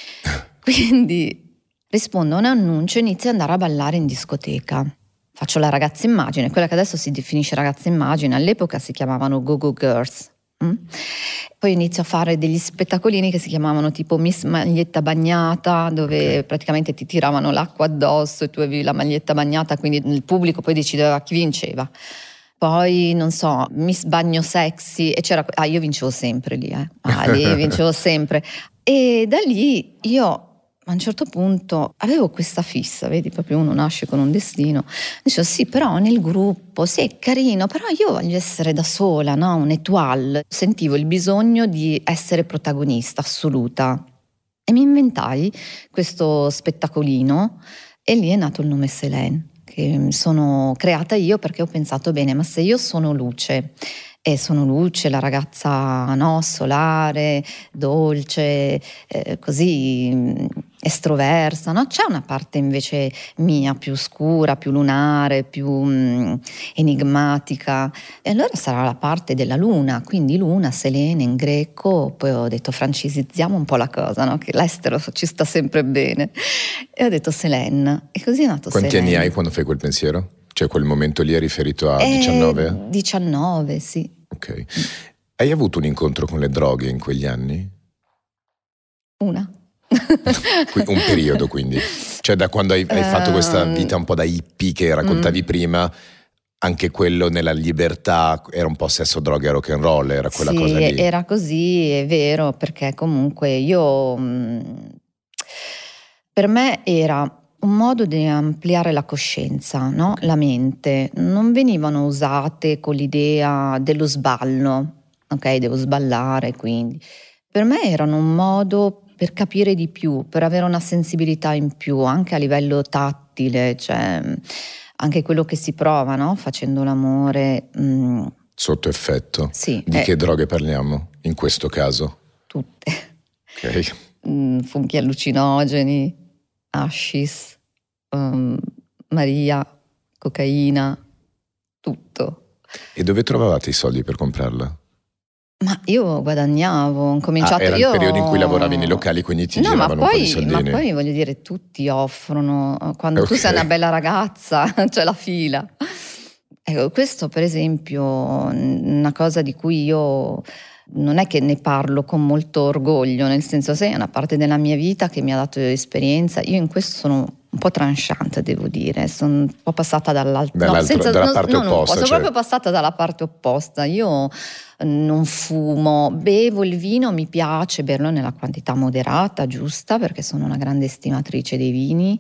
Quindi rispondo a un annuncio e inizio ad andare a ballare in discoteca. Faccio la ragazza immagine, quella che adesso si definisce ragazza immagine, all'epoca si chiamavano Go-Go Girls. Mm? Poi inizio a fare degli spettacolini che si chiamavano tipo Miss Maglietta Bagnata, dove okay. praticamente ti tiravano l'acqua addosso e tu avevi la maglietta bagnata, quindi il pubblico poi decideva chi vinceva. Poi, non so, Miss Bagno Sexy, e c'era... Ah, io vincevo sempre lì, eh. Ah, lì vincevo sempre. E da lì io... A un certo punto avevo questa fissa, vedi, proprio uno nasce con un destino. Dicevo sì, però nel gruppo, sì, è carino, però io voglio essere da sola, no? Un étoile. Sentivo il bisogno di essere protagonista assoluta. E mi inventai questo spettacolino e lì è nato il nome Selene, che mi sono creata io perché ho pensato, bene, ma se io sono luce, e sono luce, la ragazza no, solare, dolce, eh, così estroversa, no? C'è una parte invece mia più scura, più lunare, più mh, enigmatica, e allora sarà la parte della luna, quindi luna, Selene in greco. Poi ho detto francesizziamo un po' la cosa, no? Che l'estero ci sta sempre bene, e ho detto Selene, e così è nato Quanti Selene. anni hai quando fai quel pensiero? Cioè quel momento lì è riferito a diciannove? Eh, diciannove, sì. Ok. Hai avuto un incontro con le droghe in quegli anni? Una. Un periodo, quindi. Cioè da quando hai, hai fatto questa vita un po' da hippie che raccontavi mm. prima, anche quello nella libertà era un po' sesso, droga e rock and roll, era quella sì, cosa lì. Era così, è vero, perché comunque io... Per me era... un modo di ampliare la coscienza, no? La mente. Non venivano usate con l'idea dello sballo, ok? Devo sballare, quindi. Per me erano un modo per capire di più, per avere una sensibilità in più, anche a livello tattile, cioè anche quello che si prova, no? Facendo l'amore. Mh. Sotto effetto? Sì. Di eh, che droghe parliamo in questo caso? Tutte. Ok. Mh, funghi allucinogeni, hashish, um, Maria, cocaina, tutto. E dove trovavate i soldi per comprarla? Ma io guadagnavo, ho cominciato... Ah, era io... il periodo in cui lavoravi nei locali, quindi ti no, giravano ma poi, un po' di soldini. Ma poi voglio dire, tutti offrono, quando okay. tu sei una bella ragazza, c'è la fila. Ecco, questo per esempio, una cosa di cui io... non è che ne parlo con molto orgoglio, nel senso se è una parte della mia vita che mi ha dato esperienza. Io in questo sono un po' tranchante, devo dire, sono un po' passata dall'altra no, senza, dalla non, parte non opposta. Sono cioè... proprio passata dalla parte opposta. Io non fumo, bevo il vino, mi piace berlo nella quantità moderata, giusta, perché sono una grande estimatrice dei vini.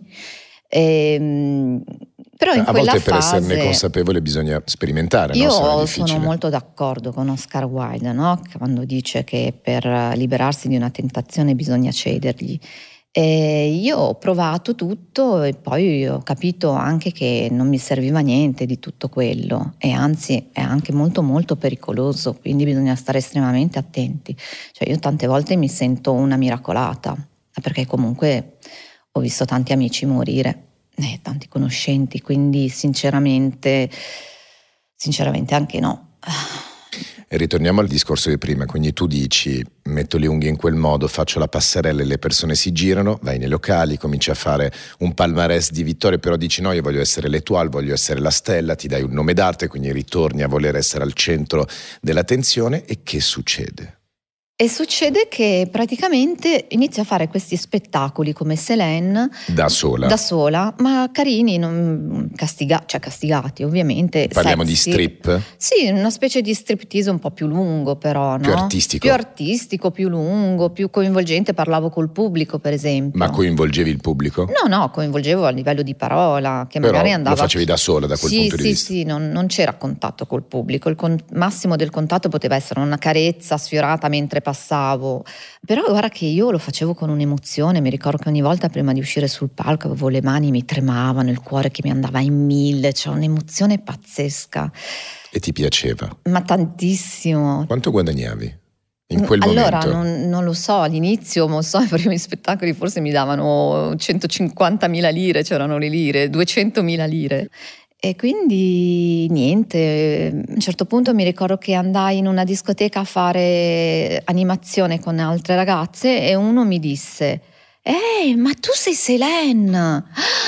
E, però in a quella volte per fase, esserne consapevole bisogna sperimentare. Io no? sono molto d'accordo con Oscar Wilde, no? Quando dice che per liberarsi di una tentazione bisogna cedergli. E io ho provato tutto e poi ho capito anche che non mi serviva niente di tutto quello, e anzi è anche molto molto pericoloso, quindi bisogna stare estremamente attenti. Cioè io tante volte mi sento una miracolata, perché comunque ho visto tanti amici morire, eh, tanti conoscenti, quindi sinceramente, sinceramente anche no. E ritorniamo al discorso di prima, quindi tu dici metto le unghie in quel modo, faccio la passerella e le persone si girano, vai nei locali, cominci a fare un palmarès di vittorie, però dici no, io voglio essere l'étoile, voglio essere la stella, ti dai un nome d'arte, quindi ritorni a voler essere al centro dell'attenzione. E che succede? E succede che praticamente inizio a fare questi spettacoli come Selene da sola, da sola ma carini, non castiga- cioè castigati ovviamente. Parliamo sexy. Di strip? Sì, una specie di striptease un po' più lungo, però, no? Più artistico? Più artistico, più lungo, più coinvolgente. Parlavo col pubblico, per esempio. Ma coinvolgevi il pubblico? No, no, coinvolgevo a livello di parola, che però magari andava... lo facevi da sola da quel sì, punto sì, di vista? Sì, sì, non, non c'era contatto col pubblico. Il con- massimo del contatto poteva essere una carezza sfiorata mentre passavo, però guarda che io lo facevo con un'emozione, mi ricordo che ogni volta prima di uscire sul palco avevo le mani, mi tremavano, il cuore che mi andava in mille, c'è un'emozione pazzesca. E ti piaceva? Ma tantissimo. Quanto guadagnavi in quel allora, momento? Allora, non, non lo so, all'inizio, non so, i primi spettacoli forse mi davano centocinquantamila lire, c'erano le lire, duecentomila lire. E quindi niente, a un certo punto mi ricordo che andai in una discoteca a fare animazione con altre ragazze e uno mi disse: «Ehi, ma tu sei Selene!»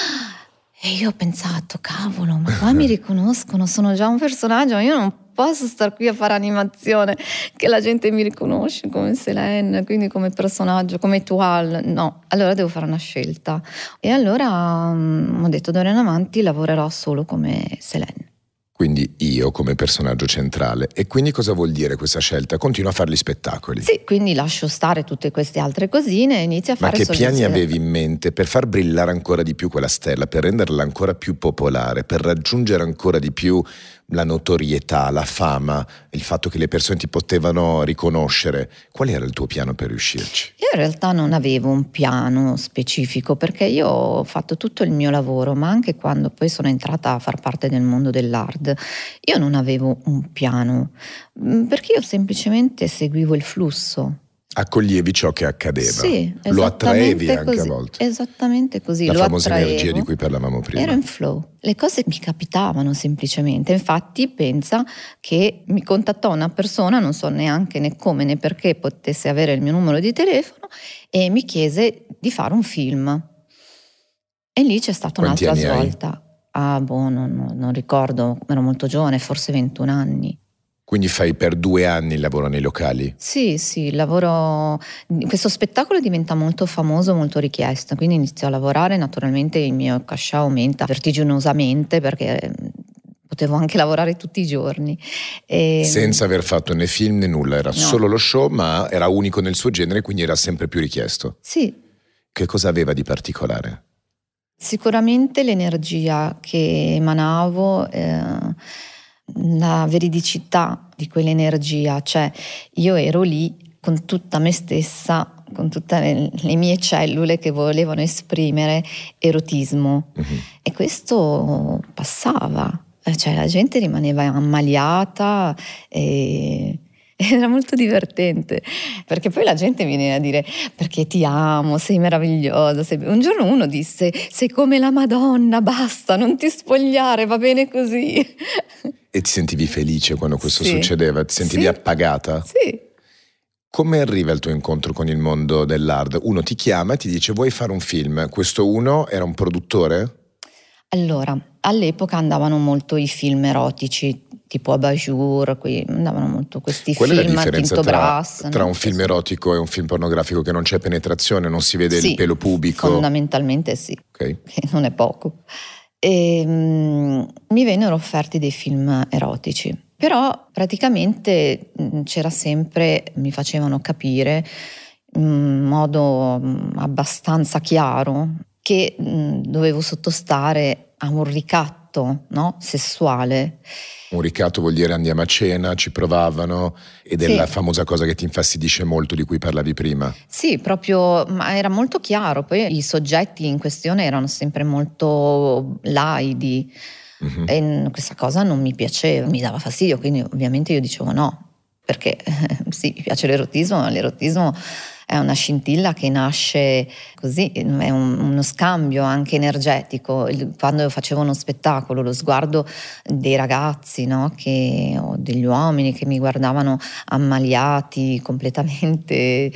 E io ho pensato, cavolo, ma qua mi riconoscono, sono già un personaggio, io non posso star qui a fare animazione, che la gente mi riconosce come Selene, quindi come personaggio, come Étoile. No, allora devo fare una scelta. E allora um, ho detto, d'ora in avanti lavorerò solo come Selene. Quindi io come personaggio centrale. E quindi cosa vuol dire questa scelta? Continuo a fare gli spettacoli. Sì, quindi lascio stare tutte queste altre cosine e inizio a fare Ma che piani solo... avevi in mente per far brillare ancora di più quella stella, per renderla ancora più popolare, per raggiungere ancora di più la notorietà, la fama, il fatto che le persone ti potevano riconoscere? Qual era il tuo piano per riuscirci? Io in realtà non avevo un piano specifico, perché io ho fatto tutto il mio lavoro, ma anche quando poi sono entrata a far parte del mondo dell'art, io non avevo un piano, perché io semplicemente seguivo il flusso. Accoglievi ciò che accadeva, sì, lo attraevi anche così, a volte. Esattamente così, la lo famosa attraevo, energia di cui parlavamo prima. Ero in flow, le cose mi capitavano semplicemente. Infatti pensa che mi contattò una persona, non so neanche né come né perché potesse avere il mio numero di telefono, e mi chiese di fare un film. E lì c'è stata Quanti un'altra anni svolta. Hai? Ah boh, non, non, non ricordo, ero molto giovane, forse ventuno anni. Quindi fai per due anni il lavoro nei locali? Sì, sì, lavoro. Questo spettacolo diventa molto famoso, molto richiesto, quindi inizio a lavorare, naturalmente il mio cachet aumenta vertiginosamente perché potevo anche lavorare tutti i giorni. E... senza aver fatto né film né nulla, era no. solo lo show, ma era unico nel suo genere, quindi era sempre più richiesto. Sì. Che cosa aveva di particolare? Sicuramente l'energia che emanavo, eh, la veridicità di quell'energia, cioè io ero lì con tutta me stessa, con tutte le, le mie cellule che volevano esprimere erotismo, uh-huh. E questo passava, cioè la gente rimaneva ammaliata e... era molto divertente, perché poi la gente viene a dire perché ti amo, sei meravigliosa. Sei... Un giorno uno disse sei come la Madonna, basta, non ti spogliare, va bene così. E ti sentivi felice quando questo sì. succedeva? Ti sentivi sì. appagata? Sì. Come arriva il tuo incontro con il mondo dell'art? Uno ti chiama e ti dice vuoi fare un film? Questo uno era un produttore? Allora, all'epoca andavano molto i film erotici, tipo Abajur, qui andavano molto questi Qual film. Qual è la differenza Tinto tra, Brass, tra no? un film erotico e un film pornografico? Che non c'è penetrazione, non si vede sì, il pelo pubico? Fondamentalmente sì, okay. Che non è poco. E, um, mi vennero offerti dei film erotici, però praticamente mh, c'era sempre, mi facevano capire in modo mh, abbastanza chiaro che mh, dovevo sottostare a un ricatto, no? Sessuale. Un ricatto vuol dire andiamo a cena, ci provavano, ed è sì. La famosa cosa che ti infastidisce molto, di cui parlavi prima. Sì, proprio, ma era molto chiaro. Poi i soggetti in questione erano sempre molto laidi, uh-huh. E questa cosa non mi piaceva, mi dava fastidio, quindi ovviamente io dicevo no, perché eh, sì, mi piace l'erotismo, ma l'erotismo è una scintilla che nasce così, è un, uno scambio anche energetico. Quando io facevo uno spettacolo, lo sguardo dei ragazzi, no, che, o degli uomini che mi guardavano ammaliati, completamente eh,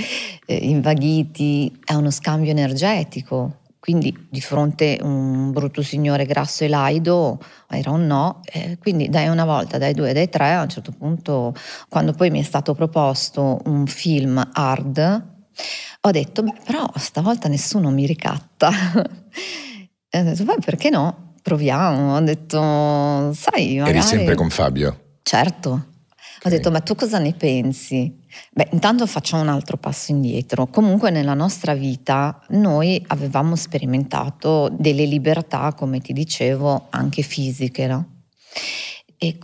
invaghiti, è uno scambio energetico. Quindi di fronte a un brutto signore grasso e laido era un no, eh, quindi dai una volta, dai due, dai tre, a un certo punto, quando poi mi è stato proposto un film hard, ho detto, beh, però stavolta nessuno mi ricatta. E ho detto, beh, perché no? Proviamo. Ho detto, sai, magari... Eri sempre con Fabio? Certo. Okay. Ho detto, ma tu cosa ne pensi? Beh, intanto facciamo un altro passo indietro. Comunque nella nostra vita noi avevamo sperimentato delle libertà, come ti dicevo, anche fisiche, no? E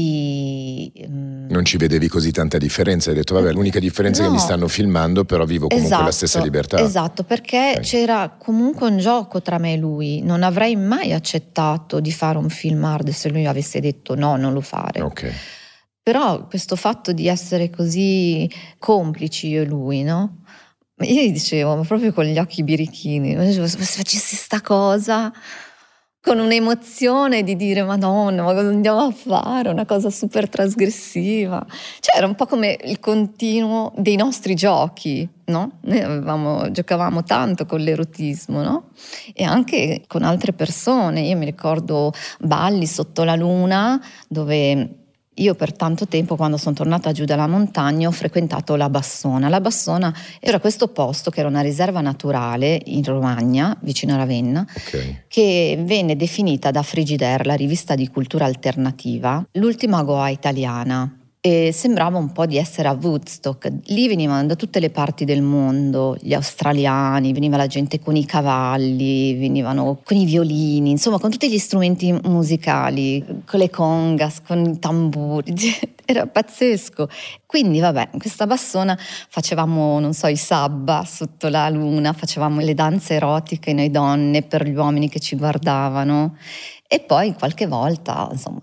quindi non ci vedevi così tanta differenza, hai detto vabbè, l'unica differenza no. è che mi stanno filmando, però vivo comunque esatto, la stessa libertà. Esatto, perché okay. C'era comunque un gioco tra me e lui. Non avrei mai accettato di fare un film hard se lui avesse detto no, non lo fare. Okay. Però questo fatto di essere così complici io e lui, no? Io gli dicevo, ma proprio con gli occhi birichini, se facessi sta cosa con un'emozione di dire Madonna, ma cosa andiamo a fare? Una cosa super trasgressiva. Cioè era un po' come il continuo dei nostri giochi, no? Noi avevamo, giocavamo tanto con l'erotismo, no? E anche con altre persone. Io mi ricordo balli sotto la luna, dove io per tanto tempo, quando sono tornata giù dalla montagna, ho frequentato la Bassona. La Bassona era questo posto che era una riserva naturale in Romagna, vicino a Ravenna, okay. che venne definita da Frigidaire, la rivista di cultura alternativa, l'ultima Goa italiana. E sembrava un po' di essere a Woodstock. Lì venivano da tutte le parti del mondo, gli australiani, veniva la gente con i cavalli, venivano con i violini, insomma con tutti gli strumenti musicali, con le congas, con i tamburi, era pazzesco. Quindi vabbè, in questa Bassona facevamo, non so, i sabba sotto la luna, facevamo le danze erotiche noi donne per gli uomini che ci guardavano e poi qualche volta, insomma,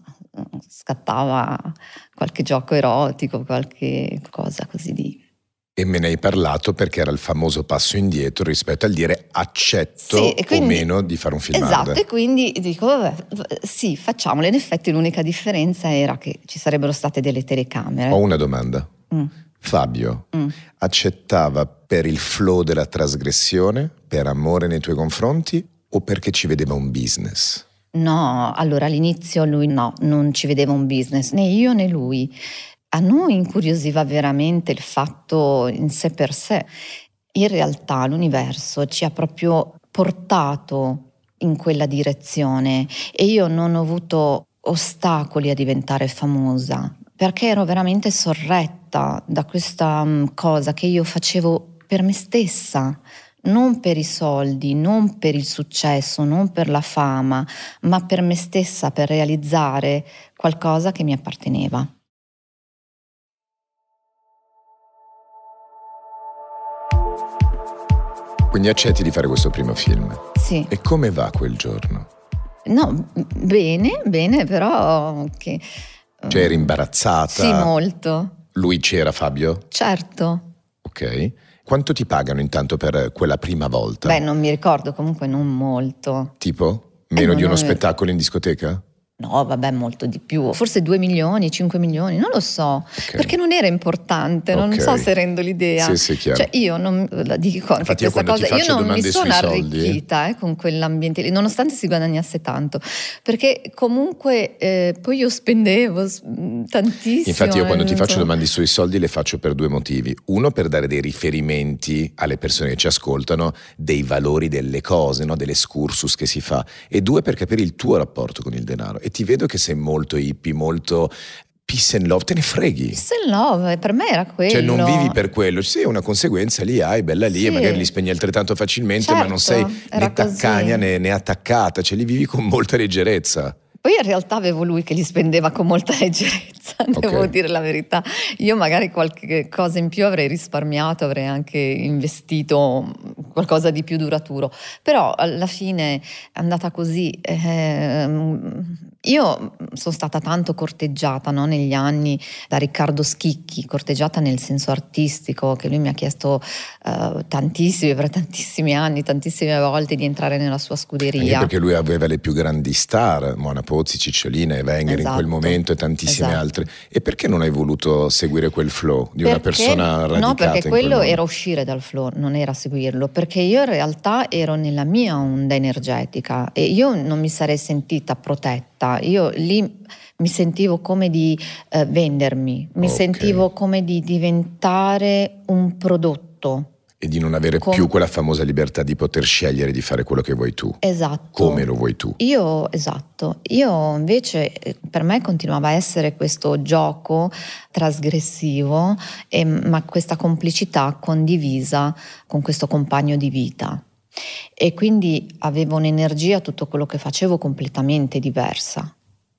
scattava qualche gioco erotico, qualche cosa così di... E me ne hai parlato perché era il famoso passo indietro rispetto al dire accetto sì, e quindi, o meno di fare un film esatto, hard. E quindi dico vabbè, sì, facciamolo. In effetti l'unica differenza era che ci sarebbero state delle telecamere. Ho una domanda. Mm. Fabio mm. accettava per il flow della trasgressione, per amore nei tuoi confronti o perché ci vedeva un business? No, allora all'inizio lui no, non ci vedeva un business, né io né lui. A noi incuriosiva veramente il fatto in sé per sé. In realtà l'universo ci ha proprio portato in quella direzione e io non ho avuto ostacoli a diventare famosa, perché ero veramente sorretta da questa cosa che io facevo per me stessa. Non per i soldi, non per il successo, non per la fama, ma per me stessa, per realizzare qualcosa che mi apparteneva. Quindi accetti di fare questo primo film? Sì. E come va quel giorno? No, bene, bene, però... Che, cioè eri imbarazzata? Sì, molto. Lui c'era, Fabio? Certo. Ok. Quanto ti pagano intanto per quella prima volta? Beh, non mi ricordo, comunque non molto. Tipo? Meno eh, di uno non... spettacolo in discoteca? No, vabbè, molto di più. Forse due milioni, cinque milioni, non lo so. Okay. Perché non era importante, non okay. so se rendo l'idea. Sì, sì, chiaro. Cioè io non la dico anche Infatti questa cosa, io non mi sono arricchita soldi, eh, con quell'ambiente lì, nonostante si guadagnasse tanto. Perché comunque eh, poi io spendevo tantissimo. Infatti io quando ti faccio domande sui soldi le faccio per due motivi. Uno, per dare dei riferimenti alle persone che ci ascoltano, dei valori delle cose, no? Dell'excursus che si fa. E due, per capire il tuo rapporto con il denaro. E ti vedo che sei molto hippie, molto peace and love, te ne freghi. Peace and love, per me era quello. Cioè non vivi per quello, sì, è una conseguenza, lì hai, bella lì, sì. E magari li spegni altrettanto facilmente, certo, ma non sei né taccagna né, né attaccata, cioè li vivi con molta leggerezza. Poi in realtà avevo lui che li spendeva con molta leggerezza, devo okay. dire la verità. Io magari qualche cosa in più avrei risparmiato, avrei anche investito qualcosa di più duraturo. Però alla fine è andata così. Eh, io sono stata tanto corteggiata, no, negli anni da Riccardo Schicchi, corteggiata nel senso artistico, che lui mi ha chiesto uh, tantissimi, per tantissimi anni, tantissime volte di entrare nella sua scuderia. Anche perché lui aveva le più grandi star, Mona Pozzi, Cicciolina e Wenger esatto. in quel momento e tantissime esatto. altre. E perché non hai voluto seguire quel flow di perché, una persona radicata? No, perché in quello quel era uscire dal flow, non era seguirlo, perché io in realtà ero nella mia onda energetica e io non mi sarei sentita protetta. Io lì mi sentivo come di eh, vendermi, mi okay. sentivo come di diventare un prodotto. E di non avere Com- più quella famosa libertà di poter scegliere di fare quello che vuoi tu. Esatto. Come lo vuoi tu. Io, esatto. Io invece, per me continuava a essere questo gioco trasgressivo, e, ma questa complicità condivisa con questo compagno di vita. E quindi avevo un'energia, tutto quello che facevo completamente diversa.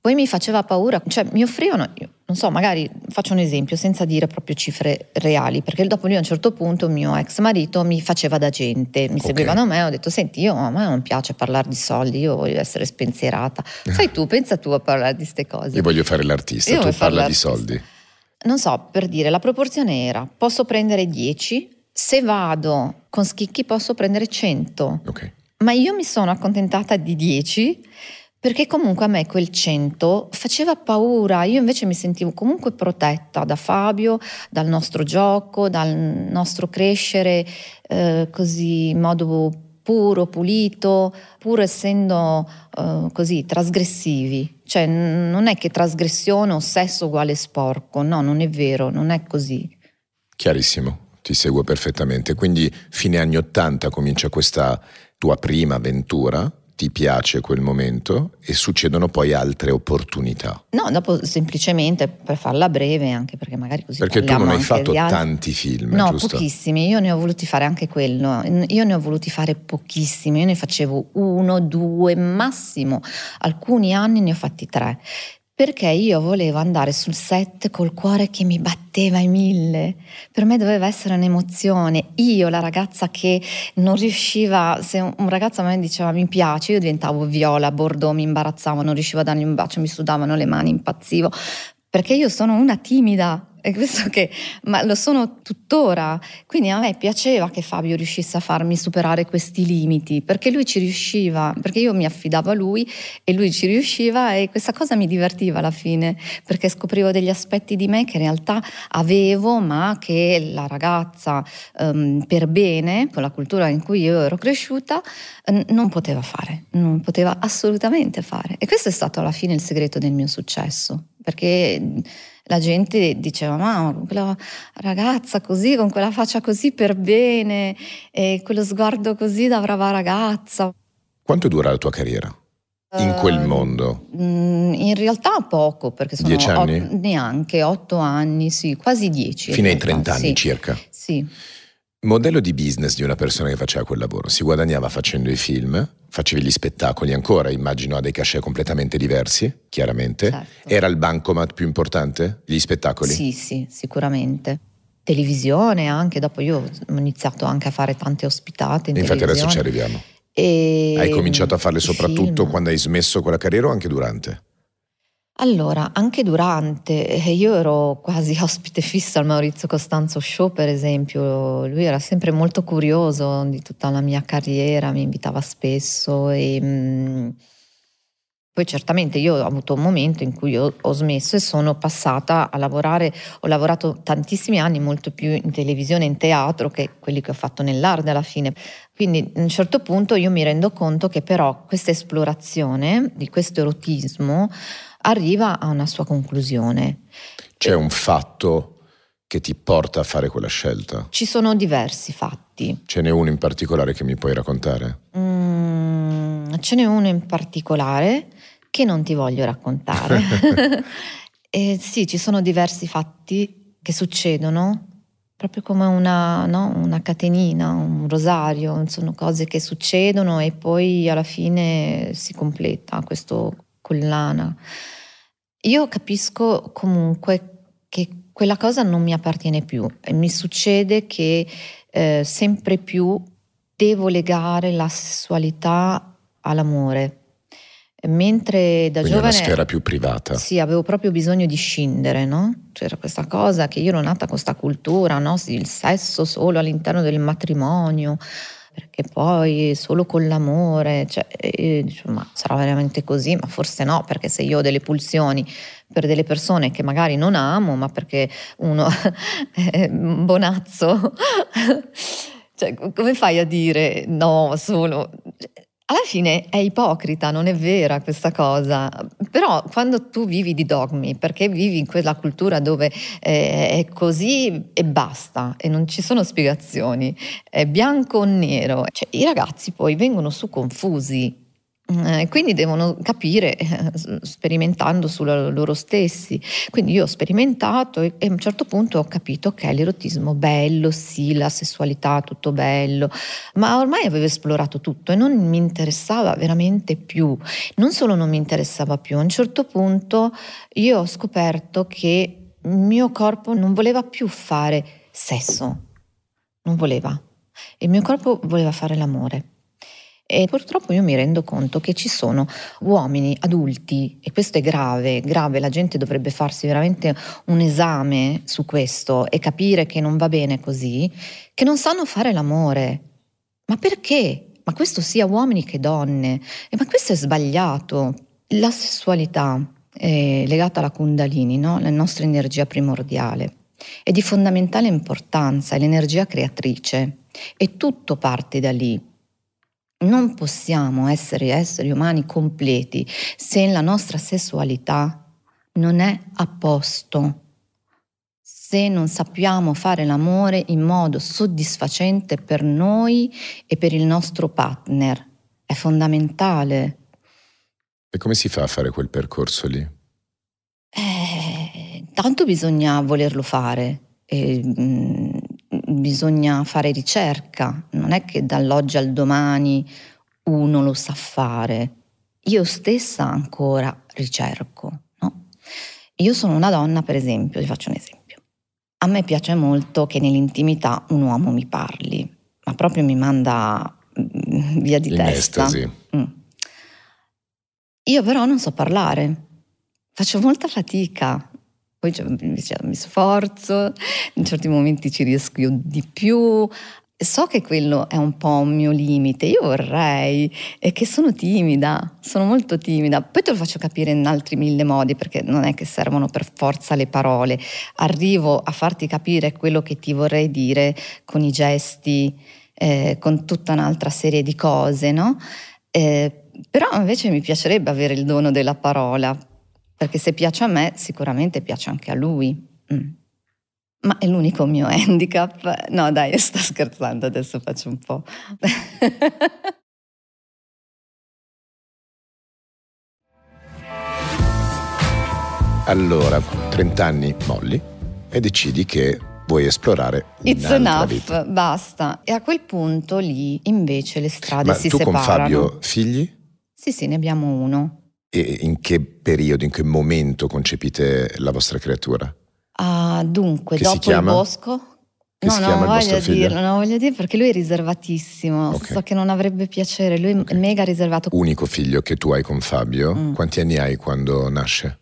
Poi mi faceva paura, cioè mi offrivano, non so, magari faccio un esempio senza dire proprio cifre reali, perché dopo lì a un certo punto il mio ex marito mi faceva da gente, mi Ok. seguivano a me, ho detto senti, io a me non piace parlare di soldi, io voglio essere spensierata, fai tu, pensa tu a parlare di ste cose. Io voglio fare l'artista, Io tu voglio fare parla di l'artista. soldi. Non so, per dire, la proporzione era, posso prendere dieci, se vado con schicchi posso prendere cento, Ok. ma io mi sono accontentata di dieci perché comunque a me quel cento faceva paura, io invece mi sentivo comunque protetta da Fabio, dal nostro gioco, dal nostro crescere eh, così in modo puro, pulito, pur essendo eh, così trasgressivi. Cioè n- non è che trasgressione o sesso uguale sporco, no, non è vero, non è così. Chiarissimo, ti seguo perfettamente. Quindi fine anni ottanta comincia questa tua prima avventura, ti piace quel momento e succedono poi altre opportunità. No, dopo semplicemente, per farla breve, anche perché magari così Perché tu parliamo non hai anche fatto di altri. tanti film, No, giusto? pochissimi, io ne ho voluti fare anche quello, io ne ho voluti fare pochissimi, io ne facevo uno, due, massimo, alcuni anni ne ho fatti tre, perché io volevo andare sul set col cuore che mi batteva ai mille, per me doveva essere un'emozione, io la ragazza che non riusciva, se un ragazzo a me diceva mi piace, io diventavo viola, bordeaux, mi imbarazzavo, non riuscivo a dargli un bacio, mi sudavano le mani, impazzivo, perché io sono una timida. E questo che, ma lo sono tuttora, quindi a me piaceva che Fabio riuscisse a farmi superare questi limiti, perché lui ci riusciva, perché io mi affidavo a lui e lui ci riusciva e questa cosa mi divertiva alla fine, perché scoprivo degli aspetti di me che in realtà avevo, ma che la ragazza um, per bene, con la cultura in cui io ero cresciuta, n- non poteva fare, non poteva assolutamente fare. E questo è stato alla fine il segreto del mio successo, perché la gente diceva ma quella ragazza così, con quella faccia così per bene, e quello sguardo così da brava ragazza. Quanto dura la tua carriera in quel Uh, mondo? In realtà poco, perché sono Dieci anni? Ot- neanche otto anni, sì, quasi dieci. Fino ai in realtà, trent'anni sì. circa. Sì. Modello di business di una persona che faceva quel lavoro. Si guadagnava facendo i film, facevi gli spettacoli ancora, immagino a dei cachet completamente diversi, chiaramente. Certo. Era il bancomat più importante? Gli spettacoli? Sì, sì, sicuramente. Televisione anche, dopo io ho iniziato anche a fare tante ospitate in Infatti televisione. adesso ci arriviamo. E hai cominciato a farle soprattutto film. quando hai smesso quella carriera o anche durante? Allora, anche durante, io ero quasi ospite fissa al Maurizio Costanzo Show, per esempio, lui era sempre molto curioso di tutta la mia carriera, mi invitava spesso e mh, poi certamente io ho avuto un momento in cui ho, ho smesso e sono passata a lavorare, ho lavorato tantissimi anni molto più in televisione e in teatro che quelli che ho fatto nell'Arde alla fine. Quindi a un certo punto io mi rendo conto che però questa esplorazione di questo erotismo arriva a una sua conclusione. C'è un fatto che ti porta a fare quella scelta? Ci sono diversi fatti. Ce n'è uno in particolare che mi puoi raccontare? Mm, ce n'è uno in particolare che non ti voglio raccontare. E sì, ci sono diversi fatti che succedono proprio come una, no? una catenina, un rosario, sono cose che succedono e poi alla fine si completa questo collana. Io capisco comunque che quella cosa non mi appartiene più e mi succede che eh, sempre più devo legare la sessualità all'amore. Mentre da Quindi giovane è una sfera più privata. Sì, avevo proprio bisogno di scindere, no? C'era questa cosa che io ero nata con questa cultura, no? Sì, il sesso solo all'interno del matrimonio, perché poi solo con l'amore, cioè, io dicevo, ma sarà veramente così? Ma forse no, perché se io ho delle pulsioni per delle persone che magari non amo, ma perché uno è un bonazzo, cioè, come fai a dire no, solo... Alla fine è ipocrita, non è vera questa cosa, però quando tu vivi di dogmi, perché vivi in quella cultura dove eh, è così e basta, e non ci sono spiegazioni, è bianco o nero, cioè, i ragazzi poi vengono su confusi, Eh, quindi devono capire eh, sperimentando su loro stessi. Quindi io ho sperimentato e, e a un certo punto ho capito che l'erotismo bello, sì, la sessualità tutto bello, ma ormai avevo esplorato tutto e non mi interessava veramente più. Non solo non mi interessava più, a un certo punto io ho scoperto che il mio corpo non voleva più fare sesso, non voleva. Il mio corpo voleva fare l'amore. E purtroppo io mi rendo conto che ci sono uomini adulti, e questo è grave, grave, la gente dovrebbe farsi veramente un esame su questo e capire che non va bene così, che non sanno fare l'amore. Ma perché? Ma questo sia uomini che donne. E ma questo è sbagliato. La sessualità è legata alla Kundalini, no? La nostra energia primordiale. È di fondamentale importanza, è l'energia creatrice e tutto parte da lì. Non possiamo essere esseri umani completi se la nostra sessualità non è a posto, se non sappiamo fare l'amore in modo soddisfacente per noi e per il nostro partner. È fondamentale. E come si fa a fare quel percorso lì? Eh, tanto bisogna volerlo fare. E, mh, bisogna fare ricerca, non è che dall'oggi al domani uno lo sa fare. Io stessa ancora ricerco, no? Io sono una donna, per esempio, vi faccio un esempio. A me piace molto che nell'intimità un uomo mi parli, ma proprio mi manda via di in testa. Estasi. Mm. Io però non so parlare, faccio molta fatica. Poi cioè, mi sforzo, in certi momenti ci riesco io di più. So che quello è un po' un mio limite. Io vorrei, è che sono timida, sono molto timida. Poi te lo faccio capire in altri mille modi, perché non è che servono per forza le parole. Arrivo a farti capire quello che ti vorrei dire con i gesti, eh, con tutta un'altra serie di cose, no? Eh, però invece mi piacerebbe avere il dono della parola, perché se piace a me sicuramente piace anche a lui. Mm. Ma è l'unico mio handicap. No dai, io sto scherzando, adesso faccio un po'. Allora, trent'anni molli e decidi che vuoi esplorare It's un'altra enough, vita. basta. E a quel punto lì invece le strade Ma si tu separano. con Fabio figli? Sì, sì, ne abbiamo uno. E in che periodo, in che momento concepite la vostra creatura? Ah, dunque, Che si dopo chiama? il bosco. Che No, si non chiama il vostro voglio figlio? dirlo, non voglio dire perché lui è riservatissimo. Ok. So che non avrebbe piacere, lui Ok. è mega riservato. Unico figlio che tu hai con Fabio, Mm. quanti anni hai quando nasce?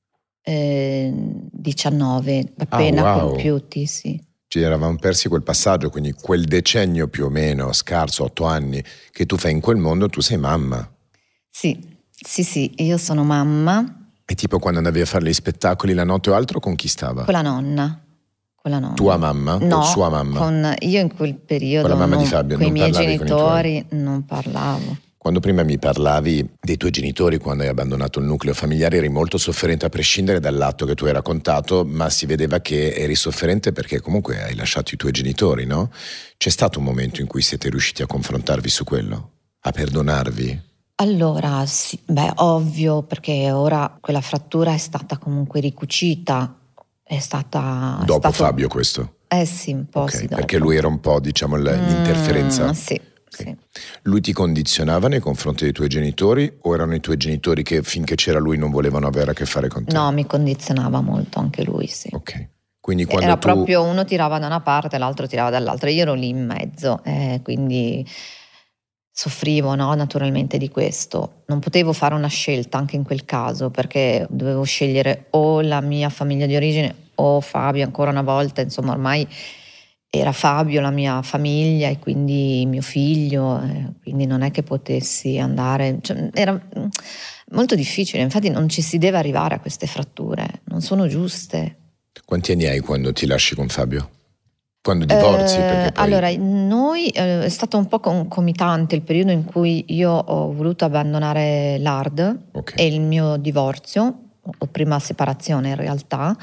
Eh, diciannove, appena Ah, wow. compiuti, sì. Ci eravamo persi quel passaggio, quindi quel decennio più o meno, scarso, otto anni, che tu fai in quel mondo, tu sei mamma. Sì, sì, sì, io sono mamma. E tipo quando andavi a fare gli spettacoli la notte o altro, con chi stava? Con la nonna. Con la nonna. Tua mamma No, o sua mamma? con, io in quel periodo Con la mamma non, di Fabio, con i non miei parlavi con i genitori non parlavo. Quando prima mi parlavi dei tuoi genitori, quando hai abbandonato il nucleo familiare, eri molto sofferente a prescindere dall'atto che tu hai raccontato, ma si vedeva che eri sofferente perché comunque hai lasciato i tuoi genitori, no? C'è stato un momento in cui siete riusciti a confrontarvi su quello? A perdonarvi? Allora, sì, beh, ovvio, perché ora quella frattura è stata comunque ricucita, è stata... è Dopo stato, Fabio questo? Eh sì, un po' Ok, sì, dopo. perché lui era un po', diciamo, l'interferenza. Mm, sì, Okay. sì. Lui ti condizionava nei confronti dei tuoi genitori o erano i tuoi genitori che finché c'era lui non volevano avere a che fare con te? No, mi condizionava molto anche lui, sì. Ok. Quindi quando Era tu... proprio uno tirava da una parte, l'altro tirava dall'altra, io ero lì in mezzo, eh, quindi soffrivo, no, naturalmente di questo. Non potevo fare una scelta anche in quel caso, perché dovevo scegliere o la mia famiglia di origine o Fabio ancora una volta, insomma ormai era Fabio la mia famiglia e quindi mio figlio, eh, quindi non è che potessi andare, cioè, era molto difficile, infatti non ci si deve arrivare a queste fratture, non sono giuste. Quanti anni hai quando ti lasci con Fabio? Quando divorzi? Eh, Perché poi... Allora, noi eh, è stato un po' concomitante il periodo in cui io ho voluto abbandonare l'A R D Okay. e il mio divorzio, o prima separazione in realtà,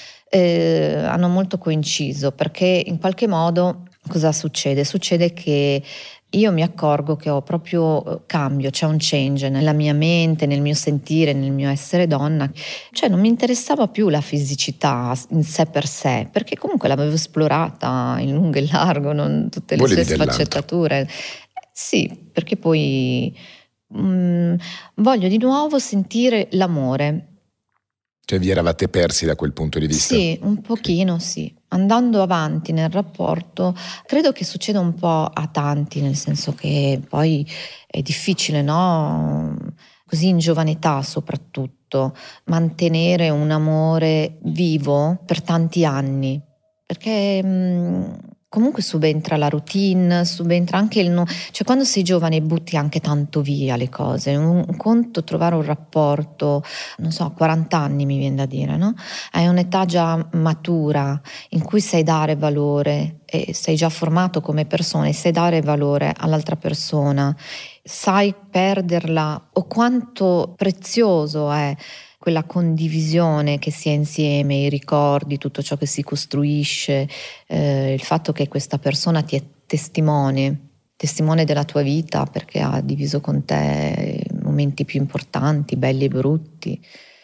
eh, hanno molto coinciso, perché in qualche modo cosa succede? Succede che io mi accorgo che ho proprio cambio, c'è un change nella mia mente, nel mio sentire, nel mio essere donna. Cioè non mi interessava più la fisicità in sé per sé, perché comunque l'avevo esplorata in lungo e largo, non tutte le Volevi sue sfaccettature. Sì, perché poi mh, voglio di nuovo sentire l'amore. Cioè vi eravate persi da quel punto di vista? Sì, un pochino sì. Andando avanti nel rapporto, credo che succeda un po' a tanti, nel senso che poi è difficile, no? Così in giovane età soprattutto, mantenere un amore vivo per tanti anni, perché mh, comunque subentra la routine, subentra anche il no, cioè quando sei giovane butti anche tanto via le cose, un, un conto trovare un rapporto, non so, a quaranta anni mi viene da dire, no? Hai un'età già matura in cui sai dare valore e sei già formato come persona e sai dare valore all'altra persona, sai perderla o quanto prezioso è quella condivisione che si è insieme, i ricordi, tutto ciò che si costruisce, eh, il fatto che questa persona ti è testimone, testimone della tua vita perché ha diviso con te momenti più importanti, belli e brutti.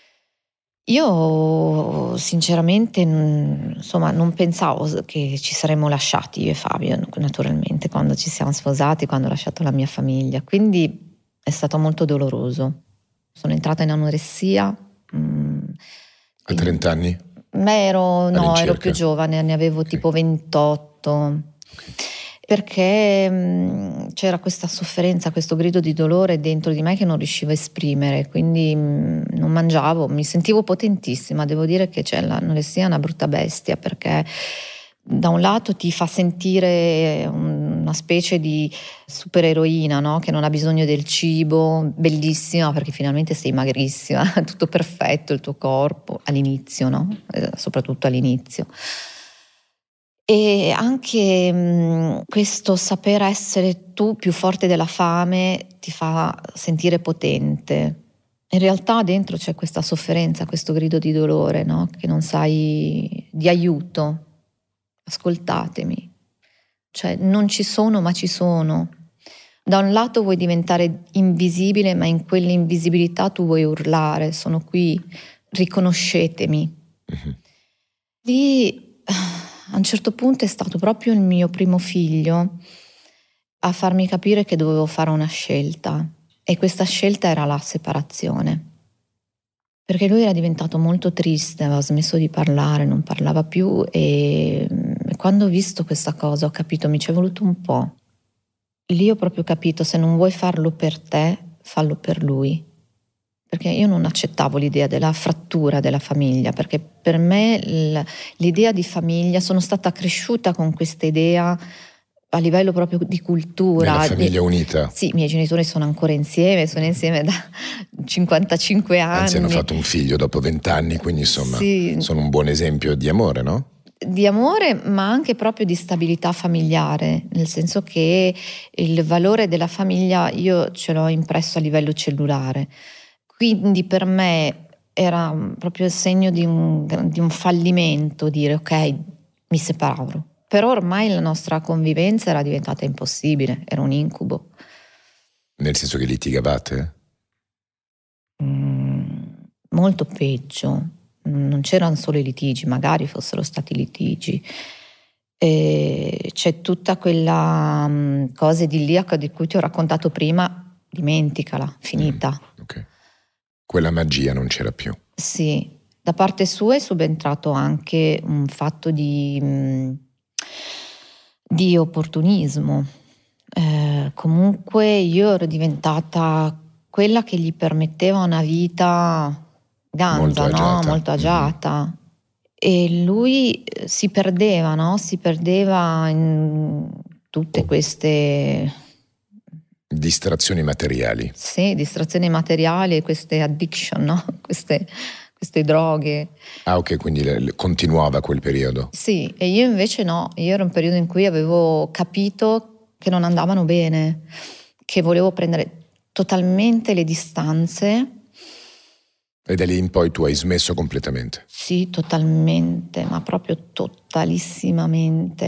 Io sinceramente insomma non pensavo che ci saremmo lasciati io e Fabio, naturalmente, quando ci siamo sposati, quando ho lasciato la mia famiglia, quindi è stato molto doloroso. Sono entrata in anoressia. A trenta anni? Beh, ero, no, All'incirca. ero più giovane, ne avevo Okay. tipo ventotto. Okay. Perché mh, c'era questa sofferenza, questo grido di dolore dentro di me che non riuscivo a esprimere, quindi mh, non mangiavo, mi sentivo potentissima. Devo dire che cioè, l'anoressia è una brutta bestia, perché da un lato ti fa sentire una specie di supereroina, no? Che non ha bisogno del cibo, bellissima perché finalmente sei magrissima, tutto perfetto il tuo corpo all'inizio, no? Eh, soprattutto all'inizio. E anche mh, questo saper essere tu più forte della fame ti fa sentire potente. In realtà dentro c'è questa sofferenza, questo grido di dolore, no? Che non sai, di aiuto. Ascoltatemi. Cioè non ci sono ma ci sono. Da un lato vuoi diventare invisibile, ma in quell'invisibilità tu vuoi urlare, sono qui, riconoscetemi. Mm-hmm. Lì a un certo punto è stato proprio il mio primo figlio a farmi capire che dovevo fare una scelta, e questa scelta era la separazione. Perché lui era diventato molto triste, aveva smesso di parlare, non parlava più, e quando ho visto questa cosa ho capito, mi ci è voluto un po'. Lì ho proprio capito, se non vuoi farlo per te, fallo per lui. Perché io non accettavo l'idea della frattura della famiglia, perché per me l'idea di famiglia, sono stata cresciuta con questa idea a livello proprio di cultura. Nella famiglia unita. Sì, i miei genitori sono ancora insieme, sono insieme da cinquantacinque anni. Anzi, hanno fatto un figlio dopo vent'anni, quindi insomma sì. Sono un buon esempio di amore, no? Di amore, ma anche proprio di stabilità familiare, nel senso che il valore della famiglia io ce l'ho impresso a livello cellulare. Quindi per me era proprio il segno di un, di un fallimento dire ok, mi separo. Però ormai la nostra convivenza era diventata impossibile, era un incubo. Nel senso che litigavate? Mm, molto peggio. Non c'erano solo i litigi, magari fossero stati litigi. E c'è tutta quella um, cosa idilliaca di cui ti ho raccontato prima, dimenticala, finita. Mm, ok. Quella magia non c'era più. Sì, da parte sua è subentrato anche un fatto di, mh, di opportunismo. Eh, comunque io ero diventata quella che gli permetteva una vita ganza, molto agiata. No? Molto agiata. Mm-hmm. E lui si perdeva, no? Si perdeva in tutte queste distrazioni materiali. Sì, distrazioni materiali, queste addiction, no? Queste, queste droghe. Ah, ok, quindi le, le, continuava quel periodo. Sì, e io invece no, io ero un periodo in cui avevo capito che non andavano bene, che volevo prendere totalmente le distanze. E da lì in poi tu hai smesso completamente? Sì, totalmente, ma proprio totalissimamente.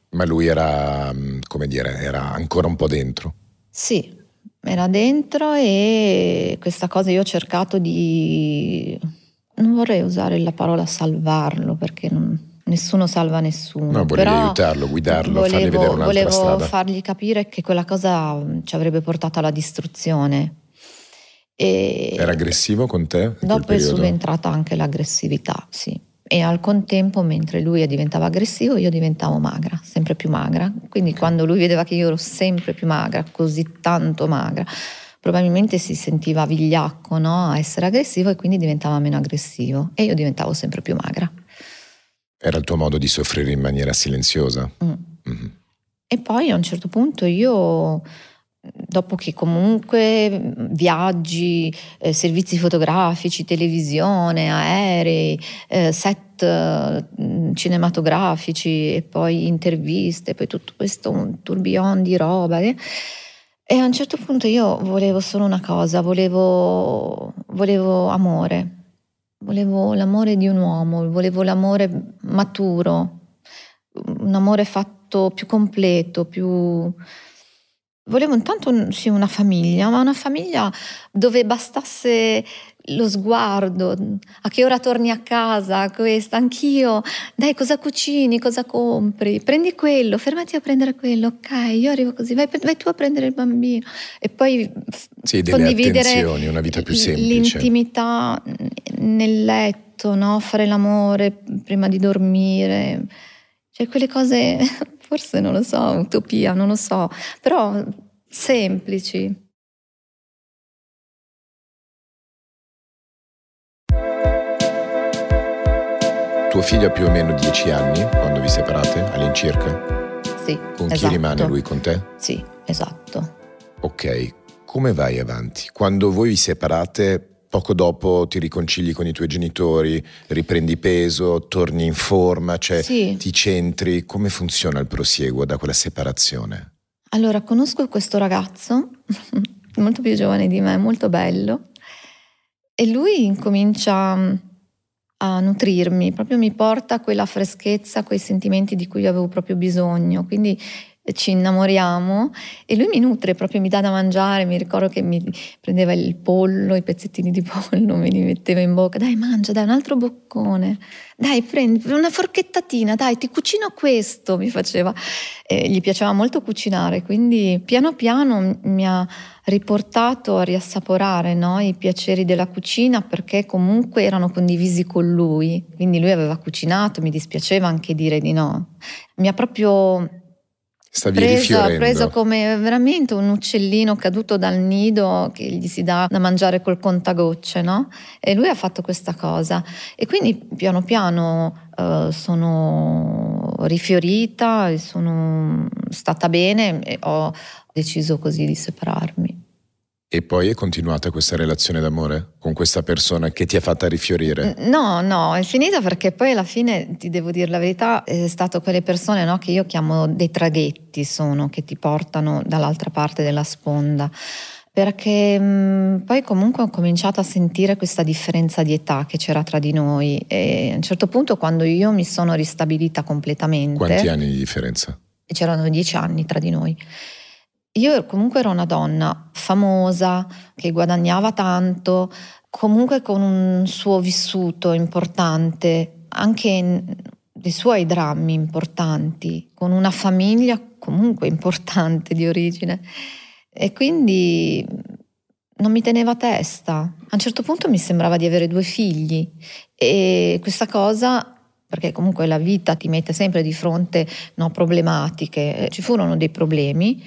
Ma lui era, come dire, era ancora un po' dentro? Sì, era dentro, e questa cosa io ho cercato di, non vorrei usare la parola salvarlo, perché non, nessuno salva nessuno. No, volevi però aiutarlo, guidarlo, volevo, fargli vedere un'altra volevo strada. fargli capire che quella cosa ci avrebbe portato alla distruzione. E era aggressivo con te in dopo quel è periodo? subentrata anche l'aggressività, sì. E al contempo, mentre lui diventava aggressivo, io diventavo magra, sempre più magra. Quindi Okay. quando lui vedeva che io ero sempre più magra, così tanto magra, probabilmente si sentiva vigliacco, no? A essere aggressivo, e quindi diventava meno aggressivo. E io diventavo sempre più magra. Era il tuo modo di soffrire in maniera silenziosa? Mm. Mm-hmm. E poi a un certo punto io, dopo che comunque viaggi, eh, servizi fotografici, televisione, aerei, eh, set eh, cinematografici, e poi interviste, poi tutto questo un tourbillon di roba, eh, e a un certo punto io volevo solo una cosa, volevo, volevo amore, volevo l'amore di un uomo, volevo l'amore maturo, un amore fatto più completo, più... Volevo intanto sì una famiglia, ma una famiglia dove bastasse lo sguardo, a che ora torni a casa, questa, anch'io, dai cosa cucini, cosa compri, prendi quello, fermati a prendere quello, ok, io arrivo così, vai, vai tu a prendere il bambino, e poi sì, delle condividere attenzioni, una vita più semplice, l'intimità nel letto, no? Fare l'amore prima di dormire, cioè quelle cose... Forse non lo so, utopia, non lo so, però semplici. Tuo figlio ha più o meno dieci anni quando vi separate, all'incirca? Sì, Con esatto. chi rimane lui, con te? Sì, esatto. Ok, come vai avanti? Quando voi vi separate, poco dopo ti riconcili con i tuoi genitori, riprendi peso, torni in forma, cioè sì. Ti centri, come funziona il prosieguo da quella separazione? Allora, conosco questo ragazzo, molto più giovane di me, molto bello, e lui incomincia a nutrirmi, proprio mi porta quella freschezza, quei sentimenti di cui avevo proprio bisogno, quindi ci innamoriamo e lui mi nutre, proprio mi dà da mangiare. Mi ricordo che mi prendeva il pollo, i pezzettini di pollo, me li metteva in bocca, dai mangia, dai un altro boccone, dai prendi una forchettatina, dai ti cucino questo, mi faceva. E gli piaceva molto cucinare, quindi piano piano mi ha riportato a riassaporare, no, i piaceri della cucina, perché comunque erano condivisi con lui, quindi lui aveva cucinato, mi dispiaceva anche dire di no, mi ha proprio Stavi preso, rifiorendo. preso come veramente un uccellino caduto dal nido che gli si dà da mangiare col contagocce, no? E lui ha fatto questa cosa, e quindi piano piano uh, sono rifiorita e sono stata bene, e ho deciso così di separarmi. E poi è continuata questa relazione d'amore con questa persona che ti ha fatta rifiorire? No, no, è finita, perché poi alla fine, ti devo dire la verità, è stato quelle persone, no, che io chiamo dei traghetti, sono, che ti portano dall'altra parte della sponda. Perché mh, poi comunque ho cominciato a sentire questa differenza di età che c'era tra di noi, e a un certo punto, quando io mi sono ristabilita completamente... Quanti anni di differenza? C'erano dieci anni tra di noi. Io comunque ero una donna famosa, che guadagnava tanto, comunque con un suo vissuto importante, anche dei suoi drammi importanti, con una famiglia comunque importante di origine, e quindi non mi teneva a testa. A un certo punto mi sembrava di avere due figli, e questa cosa... perché comunque la vita ti mette sempre di fronte, no, problematiche, ci furono dei problemi,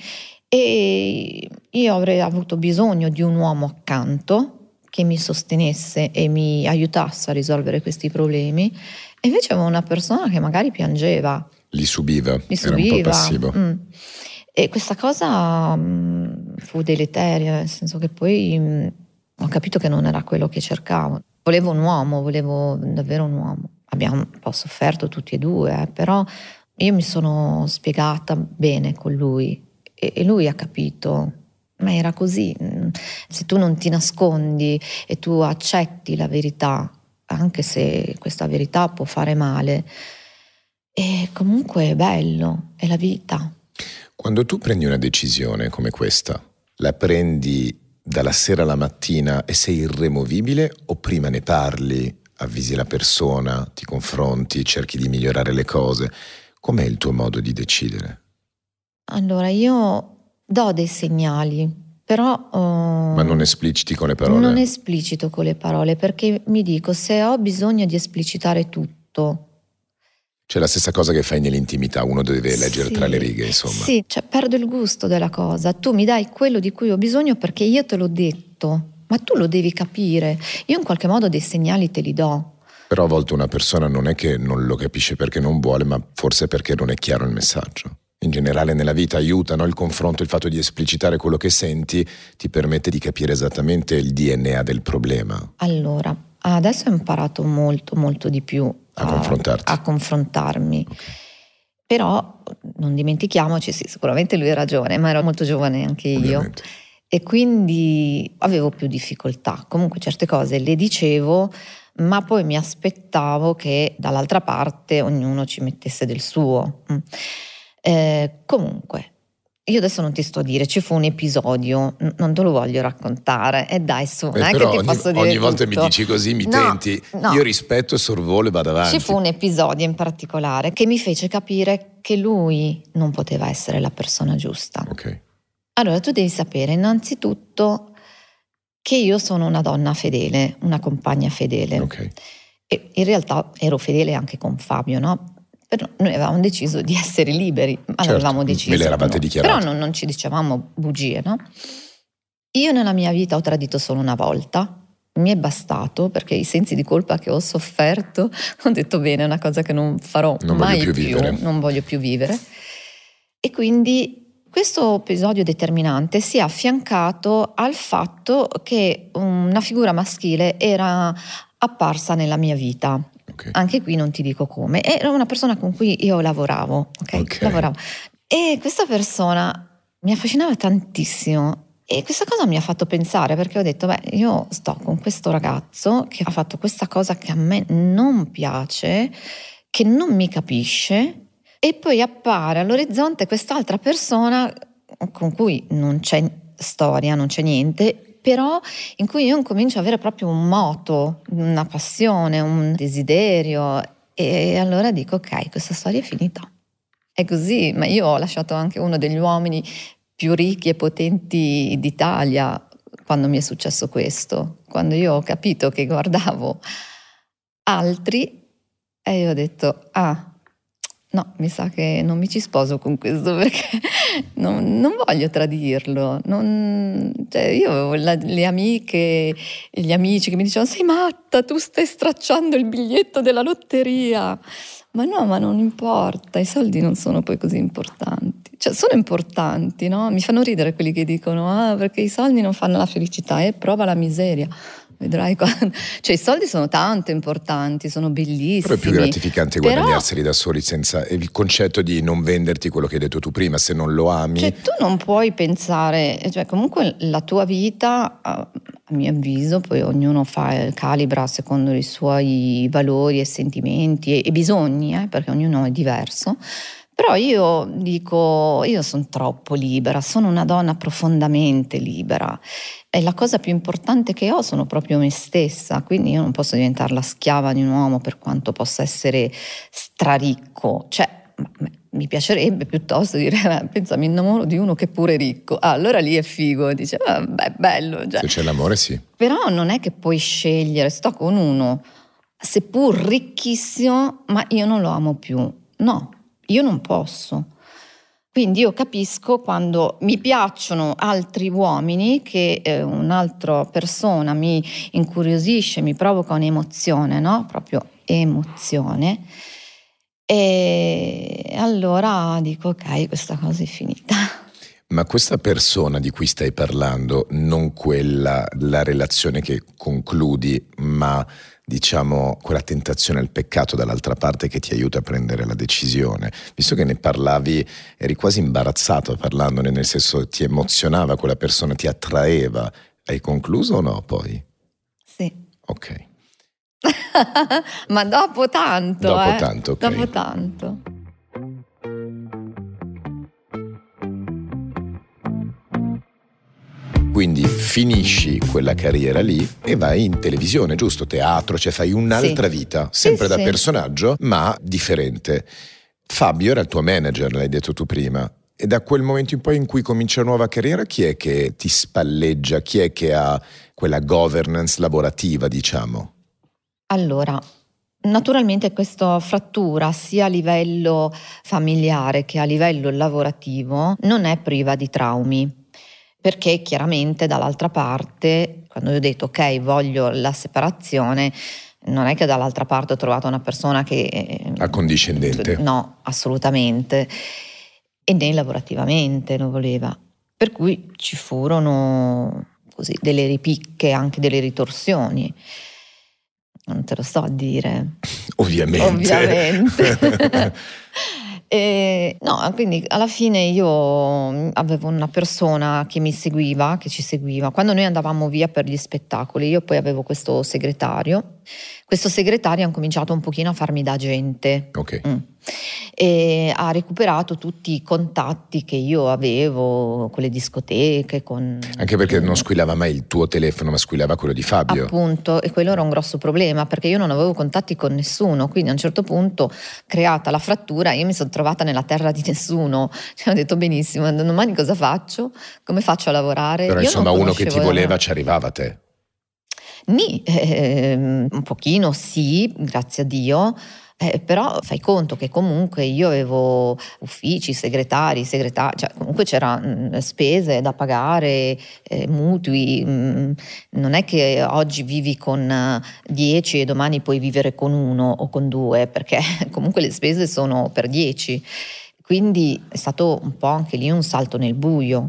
e io avrei avuto bisogno di un uomo accanto che mi sostenesse e mi aiutasse a risolvere questi problemi, e invece avevo una persona che magari piangeva. Li subiva, Li era subiva. un po' passivo. Mm. E questa cosa mm, fu deleteria, nel senso che poi mm, ho capito che non era quello che cercavo. Volevo un uomo, volevo davvero un uomo. Abbiamo un po' sofferto tutti e due, eh, però io mi sono spiegata bene con lui, e, e lui ha capito, ma era così. Se tu non ti nascondi e tu accetti la verità, anche se questa verità può fare male, E comunque è bello, è la vita. Quando tu prendi una decisione come questa, la prendi dalla sera alla mattina e sei irremovibile, o prima ne parli, avvisi la persona, ti confronti, cerchi di migliorare le cose? Com'è il tuo modo di decidere? Allora, io do dei segnali, però... Uh, Ma non espliciti con le parole? Non esplicito con le parole, perché mi dico, se ho bisogno di esplicitare tutto... C'è la stessa cosa che fai nell'intimità, uno deve leggere sì, tra le righe, insomma. Sì, cioè perdo il gusto della cosa. Tu mi dai quello di cui ho bisogno perché io te l'ho detto, ma tu lo devi capire. Io in qualche modo dei segnali te li do. Però a volte una persona non è che non lo capisce perché non vuole, ma forse perché non è chiaro il messaggio. In generale nella vita aiutano il confronto, il fatto di esplicitare quello che senti ti permette di capire esattamente il D N A del problema. Allora, adesso ho imparato molto, molto di più a, a confrontarti. A confrontarmi. Okay. Però non dimentichiamoci, sì, sicuramente lui ha ragione, ma ero molto giovane anche Ovviamente. Io. E quindi avevo più difficoltà. Comunque certe cose le dicevo, ma poi mi aspettavo che dall'altra parte ognuno ci mettesse del suo. Eh, comunque, io adesso non ti sto a dire, ci fu un episodio, n- non te lo voglio raccontare, e dai su, non eh, è che ti ogni, posso dire ogni volta tutto. mi dici così, mi no, tenti, no. Io rispetto, sorvolo e vado avanti. Ci fu un episodio in particolare che mi fece capire che lui non poteva essere la persona giusta. Ok. Allora, tu devi sapere innanzitutto che io sono una donna fedele, una compagna fedele. Ok. E in realtà ero fedele anche con Fabio, no? Però noi avevamo deciso di essere liberi, ma certo, l'avevamo deciso. Me l'eravate no. dichiarato. Però non, non ci dicevamo bugie, no? Io nella mia vita ho tradito solo una volta, mi è bastato, perché i sensi di colpa che ho sofferto, ho detto bene, è una cosa che non farò non mai più, più, vivere. non voglio più vivere. E quindi questo episodio determinante si è affiancato al fatto che una figura maschile era apparsa nella mia vita. Okay. Anche qui non ti dico come. Era una persona con cui io lavoravo, ok? Okay. Lavoravo. E questa persona mi affascinava tantissimo. E questa cosa mi ha fatto pensare, perché ho detto, beh, io sto con questo ragazzo che ha fatto questa cosa che a me non piace, che non mi capisce, e poi appare all'orizzonte quest'altra persona con cui non c'è storia, non c'è niente, però in cui io incomincio ad avere proprio un moto, una passione, un desiderio, e allora dico, ok, questa storia è finita. È così, ma io ho lasciato anche uno degli uomini più ricchi e potenti d'Italia quando mi è successo questo, quando io ho capito che guardavo altri e io ho detto, ah, no, mi sa che non mi ci sposo con questo perché non, non voglio tradirlo. Non, cioè io avevo la, le amiche e gli amici che mi dicevano sei matta, tu stai stracciando il biglietto della lotteria. Ma no, ma non importa, i soldi non sono poi così importanti. Cioè sono importanti, no? Mi fanno ridere quelli che dicono ah, perché i soldi non fanno la felicità, e prova la miseria. Vedrai quando... Cioè i soldi sono tanto importanti, sono bellissimi. Però è più gratificante però... guadagnarseli da soli, senza il concetto di non venderti quello che hai detto tu prima, se non lo ami. Cioè tu non puoi pensare, cioè comunque la tua vita, a mio avviso, poi ognuno fa, calibra secondo i suoi valori e sentimenti e, e bisogni, eh, perché ognuno è diverso. Però io dico, io sono troppo libera, sono una donna profondamente libera e la cosa più importante che ho sono proprio me stessa, quindi io non posso diventare la schiava di un uomo per quanto possa essere straricco, cioè mi piacerebbe piuttosto dire, pensa, mi innamoro di uno che è pure ricco, ah, allora lì è figo, dice, ah, beh, bello. Cioè. Se c'è l'amore sì. Però non è che puoi scegliere, sto con uno, seppur ricchissimo, ma io non lo amo più, no. Io non posso. Quindi io capisco quando mi piacciono altri uomini che eh, un'altra persona mi incuriosisce, mi provoca un'emozione, no? Proprio emozione. E allora dico ok, questa cosa è finita. Ma questa persona di cui stai parlando, non quella, la relazione che concludi, ma diciamo quella tentazione al peccato dall'altra parte che ti aiuta a prendere la decisione, visto che ne parlavi, eri quasi imbarazzato parlandone, nel senso ti emozionava quella persona, ti attraeva, hai concluso o no poi? Sì. Ok. Ma dopo tanto, Dopo eh? tanto, ok. Dopo tanto. Quindi finisci quella carriera lì e vai in televisione, giusto? Teatro, cioè fai un'altra Sì. vita, sempre Sì, da sì. personaggio, ma differente. Fabio era il tuo manager, l'hai detto tu prima. E da quel momento in poi in cui comincia la nuova carriera, chi è che ti spalleggia? Chi è che ha quella governance lavorativa, diciamo? Allora, naturalmente questa frattura sia a livello familiare che a livello lavorativo non è priva di traumi, perché chiaramente dall'altra parte, quando io ho detto ok, voglio la separazione, non è che dall'altra parte ho trovato una persona che... Accondiscendente. No, assolutamente. E né lavorativamente lo voleva. Per cui ci furono così delle ripicche, anche delle ritorsioni. Non te lo so a dire. Ovviamente. Ovviamente. E, no, quindi alla fine io avevo una persona che mi seguiva, che ci seguiva. Quando noi andavamo via per gli spettacoli, io poi avevo questo segretario. Questo segretario ha cominciato un pochino a farmi da agente. Ok. Mm. E ha recuperato tutti i contatti che io avevo con le discoteche, con... Anche perché non squillava mai il tuo telefono, ma squillava quello di Fabio. Appunto, e quello era un grosso problema, perché io non avevo contatti con nessuno, quindi a un certo punto, creata la frattura, io mi sono trovata nella terra di nessuno. Cioè, ho detto benissimo, domani cosa faccio? Come faccio a lavorare? Però io insomma non uno che ti conoscevo- voleva ci arrivava a te. Nì, ehm, un pochino sì, grazie a Dio. Eh, però fai conto che comunque io avevo uffici, segretari, segretari, cioè comunque c'erano spese da pagare, eh, mutui, mh, non è che oggi vivi con dieci e domani puoi vivere con uno o con due, perché comunque le spese sono per dieci, quindi è stato un po' anche lì un salto nel buio.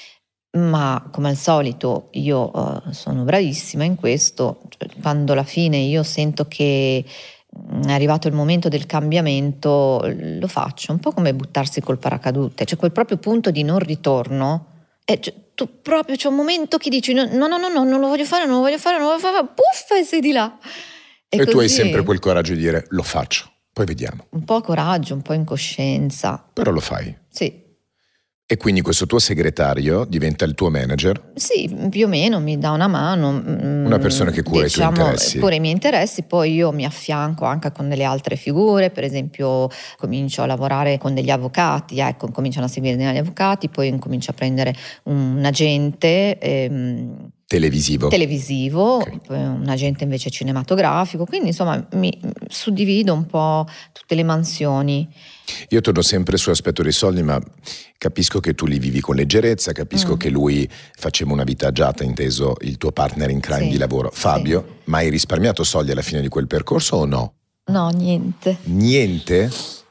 Ma come al solito io uh, sono bravissima in questo, cioè, quando alla fine io sento che è arrivato il momento del cambiamento, lo faccio, un po' come buttarsi col paracadute, c'è quel proprio punto di non ritorno, e cioè, tu proprio c'è un momento che dici no, no, no, no, no, non lo voglio fare, non lo voglio fare, non lo voglio fare, puff, e sei di là. E, E tu hai così, sempre quel coraggio di dire lo faccio, poi vediamo. un po' coraggio, un po' incoscienza. Però lo fai. Sì. E quindi questo tuo segretario diventa il tuo manager? Sì, più o meno mi dà una mano. Una persona che cura diciamo, i tuoi interessi. Pure i miei interessi, poi io mi affianco anche con delle altre figure, per esempio comincio a lavorare con degli avvocati, ecco, cominciano a seguire degli avvocati, poi incomincio a prendere un agente ehm, televisivo, televisivo okay. Un agente invece cinematografico, quindi insomma mi suddivido un po' tutte le mansioni. Io torno sempre sull'aspetto dei soldi, ma capisco che tu li vivi con leggerezza, capisco mm. che lui faceva una vita agiata, inteso il tuo partner in crime sì, di lavoro. Fabio, sì. Ma hai risparmiato soldi alla fine di quel percorso o no? No, niente. Niente?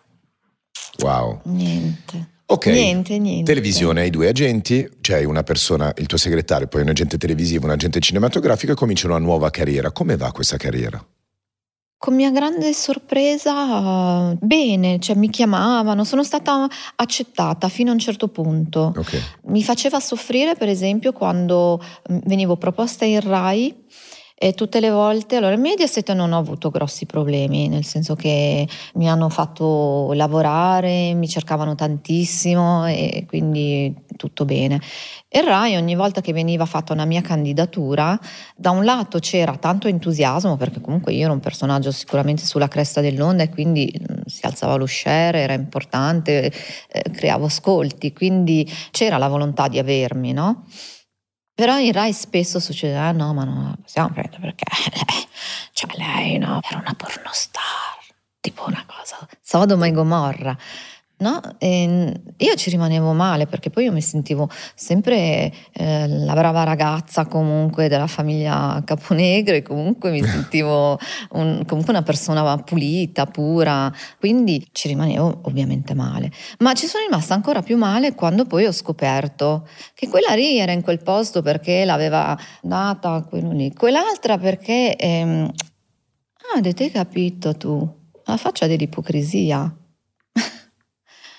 Wow. Niente. Ok, niente, niente. Televisione, hai due agenti, cioè una persona, il tuo segretario, poi un agente televisivo, un agente cinematografico, e comincia una nuova carriera. Come va questa carriera? Con mia grande sorpresa, bene, cioè mi chiamavano, sono stata accettata fino a un certo punto. Okay. Mi faceva soffrire, per esempio, quando venivo proposta in Rai e tutte le volte, allora in Mediaset non ho avuto grossi problemi, nel senso che mi hanno fatto lavorare, mi cercavano tantissimo e quindi tutto bene. E Rai, ogni volta che veniva fatta una mia candidatura, da un lato c'era tanto entusiasmo, perché comunque io ero un personaggio sicuramente sulla cresta dell'onda e quindi si alzava lo share, era importante, eh, creavo ascolti, quindi c'era la volontà di avermi, no? Però in Rai spesso succede, ah no, ma non la possiamo prendere perché lei, cioè lei no, era una pornostar, tipo una cosa, Sodoma e Gomorra. No? E io ci rimanevo male perché poi io mi sentivo sempre eh, la brava ragazza comunque della famiglia Caponegro e comunque mi sentivo un, comunque una persona pulita, pura, quindi ci rimanevo ovviamente male. Ma ci sono rimasta ancora più male quando poi ho scoperto che quella lì era in quel posto perché l'aveva data a quello lì, quell'altra perché ehm, ah, avete capito tu, la faccia dell'ipocrisia.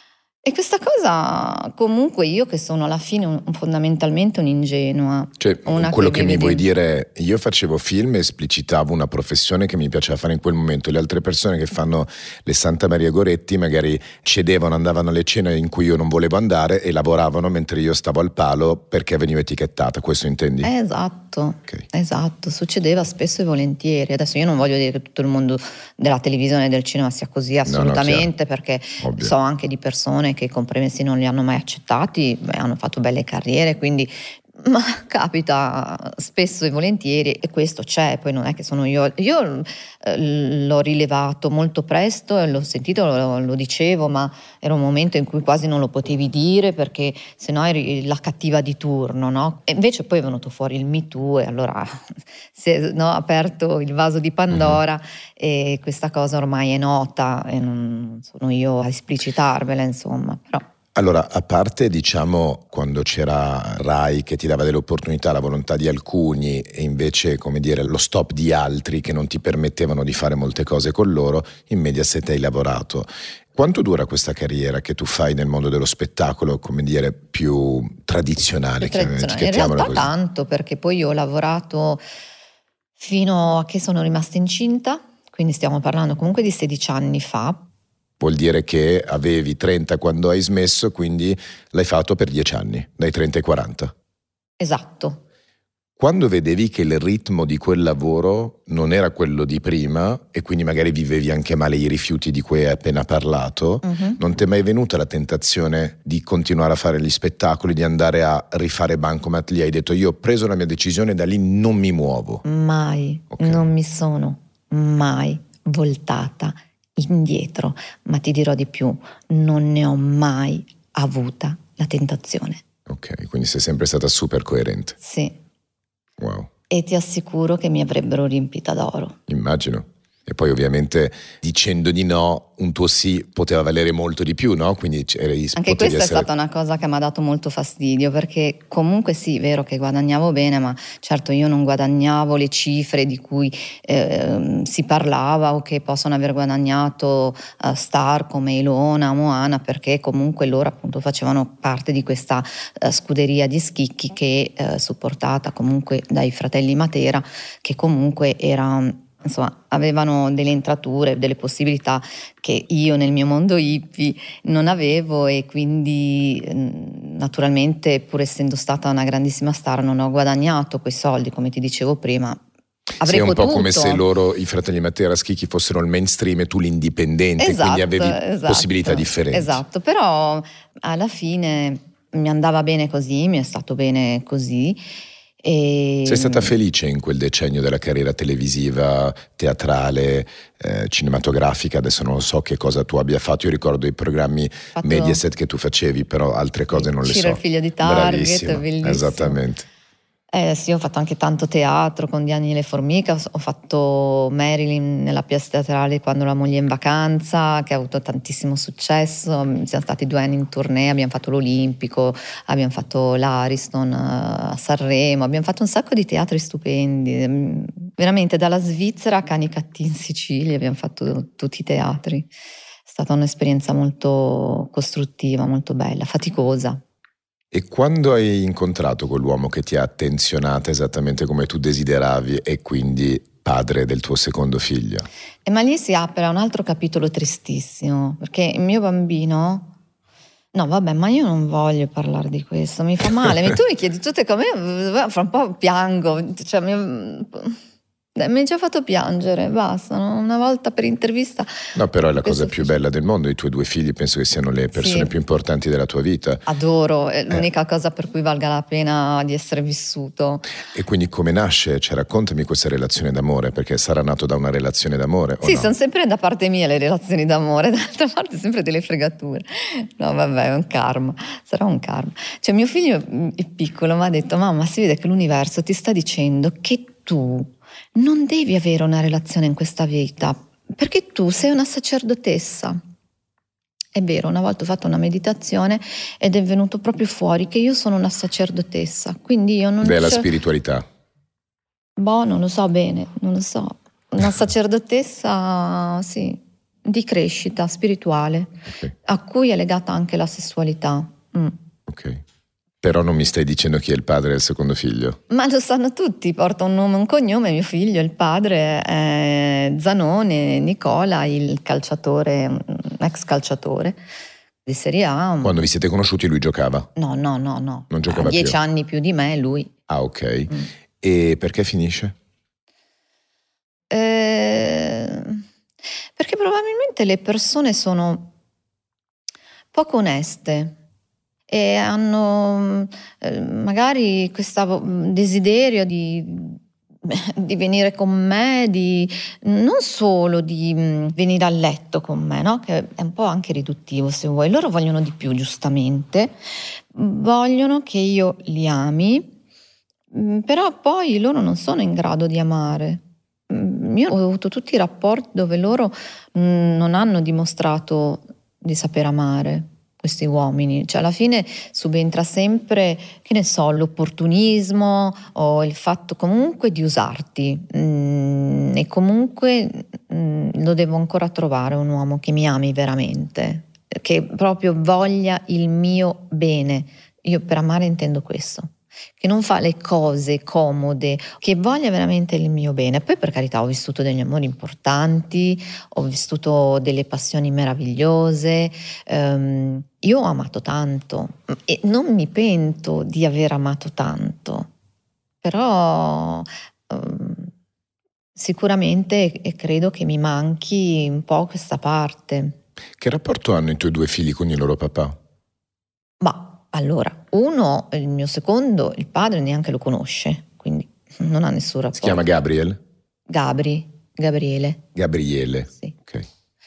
E questa cosa, comunque, io che sono alla fine un, fondamentalmente un'ingenua. Cioè, una quello che, che mi vuoi di... dire, io facevo film e esplicitavo una professione che mi piaceva fare in quel momento. Le altre persone che fanno le Santa Maria Goretti magari cedevano, andavano alle cene in cui io non volevo andare e lavoravano mentre io stavo al palo perché venivo etichettata. Questo intendi? Eh, esatto, okay. esatto, succedeva spesso e volentieri. Adesso io non voglio dire che tutto il mondo della televisione e del cinema sia così, assolutamente, no, no, perché Ovvio. So anche di persone che i compromessi non li hanno mai accettati, beh, hanno fatto belle carriere, quindi ma capita spesso e volentieri, e questo c'è. Poi non è che sono io io eh, l'ho rilevato molto presto e l'ho sentito, lo, lo dicevo, ma era un momento in cui quasi non lo potevi dire perché sennò eri la cattiva di turno, no? E invece poi è venuto fuori il Me Too e allora si è, no, aperto il vaso di Pandora. Mm-hmm. E questa cosa ormai è nota e non sono io a esplicitarvela, insomma, però. Allora, a parte, diciamo, quando c'era Rai che ti dava delle opportunità, la volontà di alcuni e invece, come dire, lo stop di altri che non ti permettevano di fare molte cose con loro, in Mediaset hai lavorato. Quanto dura questa carriera che tu fai nel mondo dello spettacolo, come dire, più tradizionale? Più tradizionale. In realtà così. Tanto, perché poi io ho lavorato fino a che sono rimasta incinta, quindi stiamo parlando comunque di sedici anni fa. Vuol dire che avevi trenta quando hai smesso, quindi l'hai fatto per dieci anni, dai trenta ai quaranta. Esatto. Quando vedevi che il ritmo di quel lavoro non era quello di prima e quindi magari vivevi anche male i rifiuti di cui hai appena parlato, uh-huh. non ti è mai venuta la tentazione di continuare a fare gli spettacoli, di andare a rifare Bancomat? Lì hai detto: io ho preso la mia decisione, da lì non mi muovo. Mai, okay. Non mi sono mai voltata indietro, ma ti dirò di più, non ne ho mai avuta la tentazione. Ok, quindi sei sempre stata super coerente. Sì. Wow. E ti assicuro che mi avrebbero riempita d'oro. Immagino. E poi ovviamente dicendo di no, un tuo sì poteva valere molto di più, no? Quindi eri, anche questa essere... è stata una cosa che mi ha dato molto fastidio, perché comunque sì, è vero che guadagnavo bene, ma certo io non guadagnavo le cifre di cui eh, si parlava o che possono aver guadagnato uh, star come Ilona, Moana, perché comunque loro appunto facevano parte di questa uh, scuderia di schicchi che uh, supportata comunque dai fratelli Matera, che comunque era... Insomma, avevano delle entrature, delle possibilità che io nel mio mondo hippie non avevo, e quindi naturalmente, pur essendo stata una grandissima star, non ho guadagnato quei soldi, come ti dicevo prima. Avrei sì, è un potuto. Po' come se loro, i fratelli Matera Schicchi, fossero il mainstream e tu l'indipendente, esatto, quindi avevi esatto, possibilità differenti. Esatto, però alla fine mi andava bene così, mi è stato bene così. E... Sei stata felice in quel decennio della carriera televisiva, teatrale, eh, cinematografica? Adesso non so che cosa tu abbia fatto, io ricordo i programmi fatto... Mediaset che tu facevi, però altre cose non Ciro le so. Il figlio di Target, bravissima, bellissimo. Esattamente. Eh sì, ho fatto anche tanto teatro con Diani le Formica, ho fatto Marilyn nella pièce teatrale Quando la moglie è in vacanza, che ha avuto tantissimo successo. Siamo stati due anni in tournée, abbiamo fatto l'Olimpico, abbiamo fatto l'Ariston a Sanremo, abbiamo fatto un sacco di teatri stupendi, veramente dalla Svizzera a Canicattì in Sicilia, abbiamo fatto tutti i teatri. È stata un'esperienza molto costruttiva, molto bella, faticosa. E quando hai incontrato quell'uomo che ti ha attenzionata esattamente come tu desideravi e quindi padre del tuo secondo figlio? E ma lì si apre un altro capitolo tristissimo, perché il mio bambino... No, vabbè, ma io non voglio parlare di questo, mi fa male. Tu mi chiedi tutte come... Fra un po' piango, cioè... Mi... Mi hai già fatto piangere, basta, no? Una volta per intervista. No, però è la cosa più bella del mondo. I tuoi due figli penso che siano le persone sì. più importanti della tua vita. Adoro, è l'unica eh. cosa per cui valga la pena di essere vissuto. E quindi come nasce? Cioè, raccontami questa relazione d'amore, perché sarà nato da una relazione d'amore o Sì, no? sono sempre da parte mia le relazioni d'amore, dall'altra parte sempre delle fregature. No, vabbè, è un karma, sarà un karma. Cioè mio figlio è piccolo mi ha detto: mamma, si vede che l'universo ti sta dicendo che tu non devi avere una relazione in questa vita, perché tu sei una sacerdotessa. È vero, una volta ho fatto una meditazione ed è venuto proprio fuori che io sono una sacerdotessa, quindi io non... Beh, la spiritualità. Boh, non lo so bene, non lo so. Una sacerdotessa, sì. di crescita spirituale, okay. A cui è legata anche la sessualità. Mm. Ok. Però non mi stai dicendo chi è il padre del secondo figlio? Ma lo sanno tutti, porta un nome e un cognome, mio figlio, il padre è Zanone Nicola, il calciatore, ex calciatore di Serie A. Quando vi siete conosciuti lui giocava? No, no, no, no. Non giocava più? Dieci anni più di me lui. Ah, ok. Mm. E perché finisce? Eh, perché probabilmente le persone sono poco oneste. E hanno eh, magari questo desiderio di, di venire con me, di non solo di mh, venire a letto con me, no? Che è un po' anche riduttivo se vuoi. Loro vogliono di più, giustamente, vogliono che io li ami, mh, però poi loro non sono in grado di amare. Mh, io ho avuto tutti i rapporti dove loro mh, non hanno dimostrato di saper amare. Questi uomini, cioè alla fine subentra sempre, che ne so, l'opportunismo o il fatto comunque di usarti mm, e comunque mm, lo devo ancora trovare un uomo che mi ami veramente, che proprio voglia il mio bene. Io per amare intendo questo, che non fa le cose comode, che voglia veramente il mio bene. Poi per carità ho vissuto degli amori importanti, ho vissuto delle passioni meravigliose, um, io ho amato tanto e non mi pento di aver amato tanto, però um, sicuramente credo che mi manchi un po' questa parte. Che rapporto hanno i tuoi due figli con il loro papà? Ma allora, uno, il mio secondo, il padre neanche lo conosce, quindi non ha nessun rapporto. Si chiama Gabriel? Gabri, Gabriele. Gabriele, sì. Ok.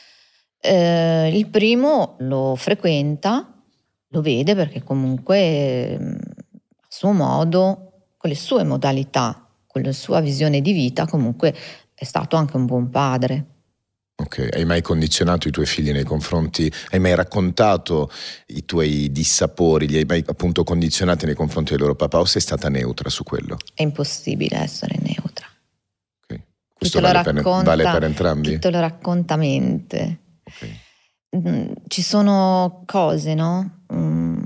Eh, il primo lo frequenta, lo vede perché comunque a suo modo, con le sue modalità, con la sua visione di vita, comunque è stato anche un buon padre. Ok, hai mai condizionato i tuoi figli nei confronti, hai mai raccontato i tuoi dissapori, li hai mai appunto condizionati nei confronti del loro papà o sei stata neutra su quello? È impossibile essere neutra. Ok, questo vale, racconta, per, vale per entrambi? Chi te lo racconta a mente. Okay. Ci sono cose, no? Mm,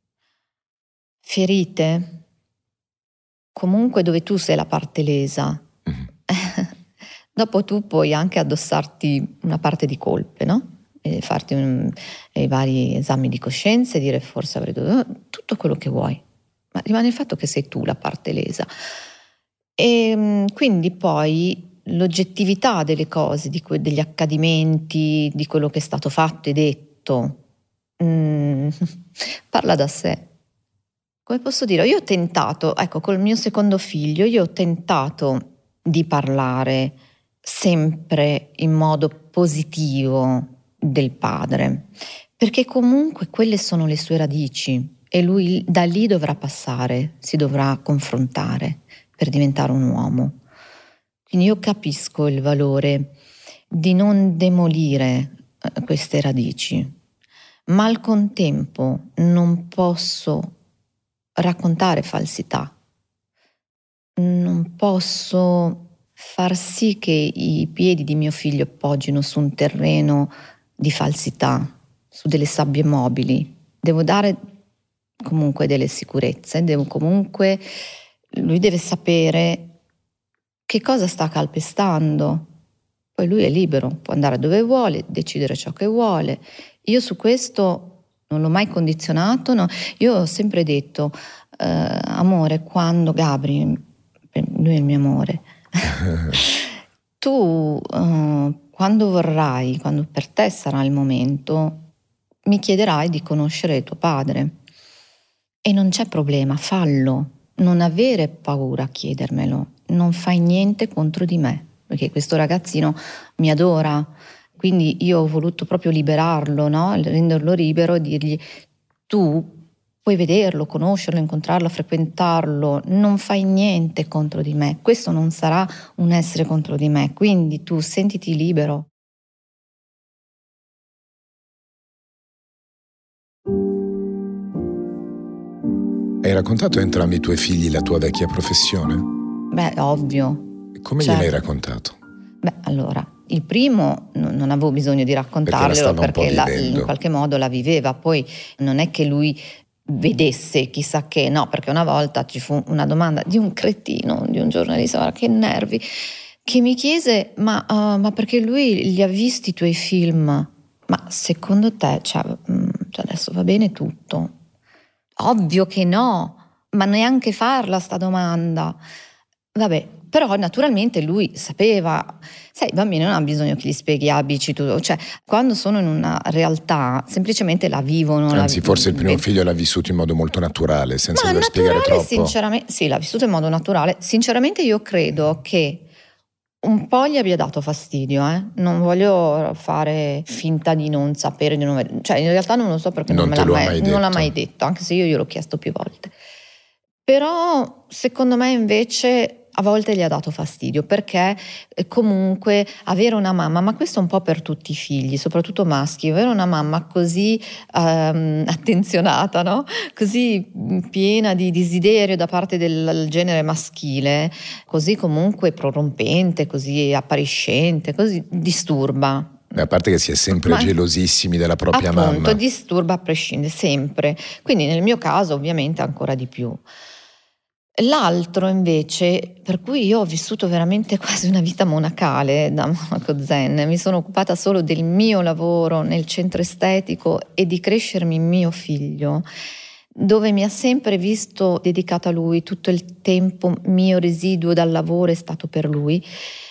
ferite, comunque dove tu sei la parte lesa. Mm-hmm. Dopo tu puoi anche addossarti una parte di colpe, no? E farti un, i vari esami di coscienza e dire forse avrei dovuto tutto quello che vuoi, ma rimane il fatto che sei tu la parte lesa. E quindi poi l'oggettività delle cose, di que- degli accadimenti, di quello che è stato fatto e detto, mm, parla da sé. Come posso dire? Io ho tentato, ecco, col mio secondo figlio, io ho tentato di parlare sempre in modo positivo del padre, perché comunque quelle sono le sue radici e lui da lì dovrà passare, si dovrà confrontare per diventare un uomo. Quindi io capisco il valore di non demolire queste radici, ma al contempo non posso raccontare falsità, non posso far sì che i piedi di mio figlio poggino su un terreno di falsità, su delle sabbie mobili. Devo dare comunque delle sicurezze, devo comunque, lui deve sapere che cosa sta calpestando. Poi lui è libero, può andare dove vuole, decidere ciò che vuole. Io su questo non l'ho mai condizionato, no. Io ho sempre detto, eh, amore, quando Gabri, lui è il mio amore, tu uh, quando vorrai, quando per te sarà il momento, mi chiederai di conoscere tuo padre e non c'è problema, fallo, non avere paura a chiedermelo, non fai niente contro di me, perché questo ragazzino mi adora, quindi io ho voluto proprio liberarlo, no? Renderlo libero e dirgli tu puoi vederlo, conoscerlo, incontrarlo, frequentarlo, non fai niente contro di me, questo non sarà un essere contro di me, quindi tu sentiti libero. Hai raccontato a entrambi i tuoi figli la tua vecchia professione? Beh, ovvio. Come certo. gliel'hai raccontato? Beh, allora, Il primo n- non avevo bisogno di raccontarglielo perché, perché la, in qualche modo la viveva. Poi non è che lui vedesse chissà che, no, perché una volta ci fu una domanda di un cretino, di un giornalista, guarda che nervi, che mi chiese ma, uh, ma perché lui li ha visti i tuoi film? Ma secondo te, cioè, mh, cioè adesso va bene tutto? Ovvio che no, ma neanche farla sta domanda. Vabbè, però naturalmente lui sapeva, sai, i bambini non hanno bisogno che gli spieghi A, B, C, tutto, cioè quando sono in una realtà semplicemente la vivono. Anzi, la, forse il primo ve- figlio l'ha vissuto in modo molto naturale, senza Ma dover spiegare naturale, troppo. sinceramente, sì, l'ha vissuto in modo naturale. Sinceramente io credo che un po' gli abbia dato fastidio, eh? Non voglio fare finta di non sapere, di non aver- cioè in realtà non lo so perché non, Non me te l'ha lo ha mai, mai non l'ha detto. mai detto, anche se io gliel'ho chiesto più volte. Però secondo me invece a volte gli ha dato fastidio perché eh, comunque avere una mamma, ma questo è un po' per tutti i figli, soprattutto maschi, avere una mamma così ehm, attenzionata, no? Così piena di desiderio da parte del genere maschile, così comunque prorompente, così appariscente, così disturba. A parte che si è sempre Ma, gelosissimi della propria appunto, mamma. disturba a prescindere, sempre. Quindi nel mio caso ovviamente ancora di più. L'altro invece, per cui io ho vissuto veramente quasi una vita monacale da monaco zen, mi sono occupata solo del mio lavoro nel centro estetico e di crescermi mio figlio, dove mi ha sempre visto dedicata a lui, tutto il tempo mio residuo dal lavoro è stato per lui.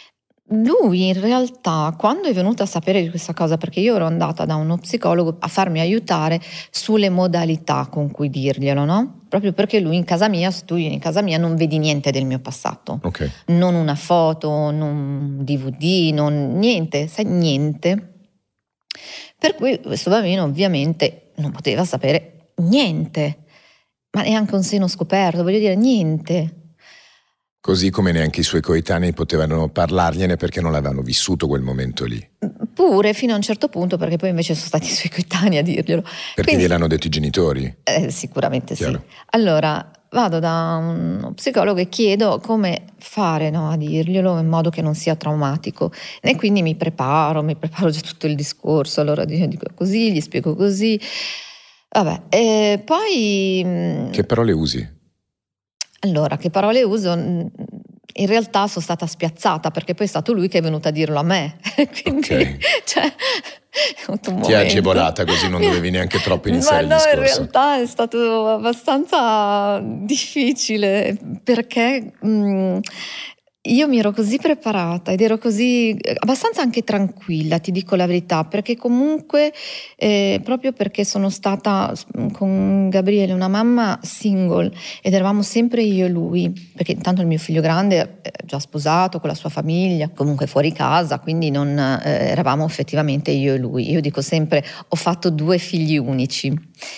Lui in realtà, quando è venuto a sapere di questa cosa, perché io ero andata da uno psicologo a farmi aiutare sulle modalità con cui dirglielo, no? Proprio perché lui in casa mia, se tu vieni in casa mia non vedi niente del mio passato, Ok. non una foto, non un D V D, non niente, sai, niente. Per cui questo bambino ovviamente non poteva sapere niente, ma neanche un seno scoperto, voglio dire, niente. Così come neanche i suoi coetanei potevano parlargliene perché non l'avevano vissuto quel momento lì. Pure fino a un certo punto, perché poi invece sono stati i suoi coetanei a dirglielo. Perché Quindi, gliel'hanno detto i genitori? Eh, sicuramente Chiaro. sì. Allora vado da uno psicologo e chiedo come fare, no, a dirglielo in modo che non sia traumatico. E quindi mi preparo, mi preparo già tutto il discorso. Allora dico così, gli spiego così. Vabbè, e poi... Che parole usi? Allora, che parole uso? In realtà sono stata spiazzata perché poi è stato lui che è venuto a dirlo a me. Quindi, Ok. cioè, ti ha agevolata così non dovevi neanche troppo iniziare Ma no, il discorso. in realtà è stato abbastanza difficile perché mh, io mi ero così preparata ed ero così abbastanza anche tranquilla, ti dico la verità, perché comunque eh, proprio perché sono stata con Gabriele una mamma single ed eravamo sempre io e lui, perché intanto il mio figlio grande è già sposato con la sua famiglia, comunque fuori casa, quindi non eh, eravamo effettivamente io e lui. Io dico sempre ho fatto due figli unici.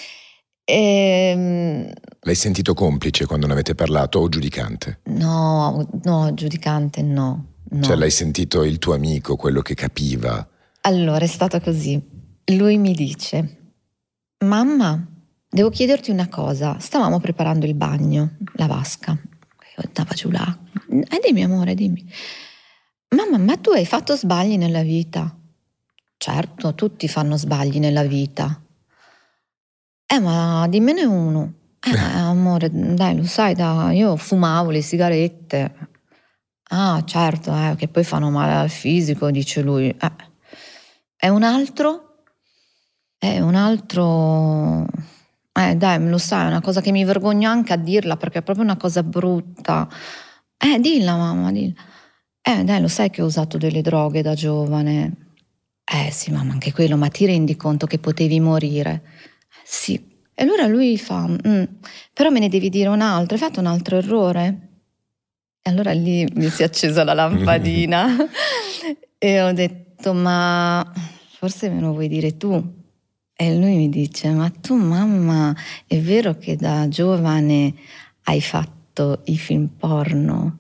E, L'hai sentito complice quando ne avete parlato o giudicante? no, no, giudicante no, no. Cioè l'hai sentito il tuo amico, quello che capiva? Allora è stato così. Lui mi dice: mamma, devo chiederti una cosa. Stavamo preparando il bagno, la vasca. Io andavo giù là. Eh, dimmi amore, dimmi. Mamma, ma tu hai fatto sbagli nella vita? Certo, tutti fanno sbagli nella vita. Eh, ma dimmene uno. Eh, amore, dai, lo sai, da, io fumavo le sigarette. Ah, certo, eh, che poi fanno male al fisico, dice lui. Eh. E un altro? Eh, un altro... Eh, dai, lo sai, è una cosa che mi vergogno anche a dirla perché è proprio una cosa brutta. Eh, dilla, mamma, dilla. Eh, dai, lo sai che ho usato delle droghe da giovane. Eh, sì, mamma, anche quello, ma ti rendi conto che potevi morire? Sì. E allora lui fa, mm, però me ne devi dire un altro, hai fatto un altro errore? E allora lì mi si è accesa la lampadina e ho detto, ma forse me lo vuoi dire tu? E lui mi dice, ma tu mamma, è vero che da giovane hai fatto i film porno?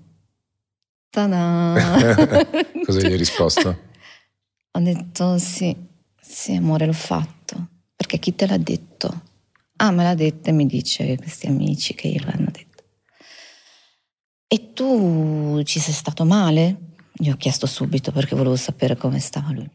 Ta-da! Cosa gli hai risposto? Ho detto, sì, sì amore, l'ho fatto. Perché chi te l'ha detto? Ah, me l'ha detto e mi dice questi amici che glielo hanno detto. E tu ci sei stato male? Gli ho chiesto subito perché volevo sapere come stava lui.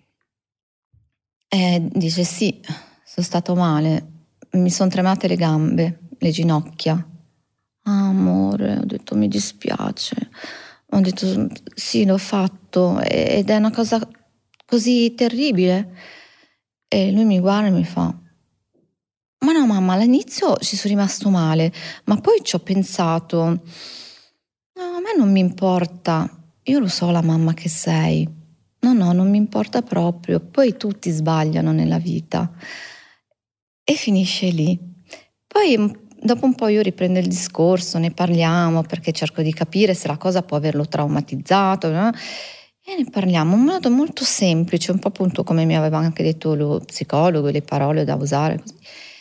E dice sì, sono stato male, mi sono tremate le gambe, le ginocchia. Ah, amore, ho detto mi dispiace. Ho detto sì, l'ho fatto ed è una cosa così terribile. E lui mi guarda e mi fa: ma no mamma, all'inizio ci sono rimasto male, ma poi ci ho pensato, no, a me non mi importa, io lo so la mamma che sei, no no, non mi importa proprio, poi tutti sbagliano nella vita. E finisce lì. Poi dopo un po' io riprendo il discorso, ne parliamo perché cerco di capire se la cosa può averlo traumatizzato, no? E ne parliamo in modo molto semplice, un po' appunto come mi aveva anche detto lo psicologo, le parole da usare così.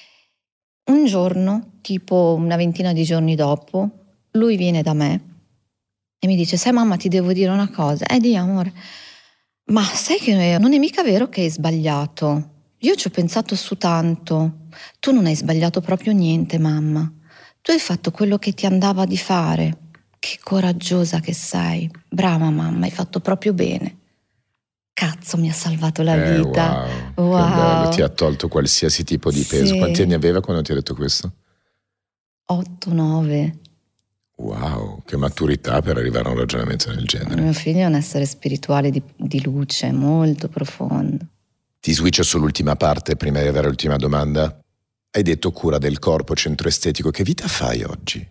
Un giorno, tipo una ventina di giorni dopo, lui viene da me e mi dice: sai mamma, ti devo dire una cosa. Eh di amore, ma sai che non è mica vero che hai sbagliato, io ci ho pensato su tanto, tu non hai sbagliato proprio niente mamma, tu hai fatto quello che ti andava di fare, che coraggiosa che sei, brava mamma, hai fatto proprio bene. Cazzo, mi ha salvato la eh, vita. Wow, wow. Che bello, ti ha tolto qualsiasi tipo di peso. Sì. Quanti anni aveva quando ti ha detto questo? otto nove. Wow, che maturità per arrivare a un ragionamento del genere. Mio figlio è un essere spirituale di, di luce, molto profondo. Ti switcho sull'ultima parte prima di avere l'ultima domanda. Hai detto cura del corpo, centro estetico. Che vita fai oggi?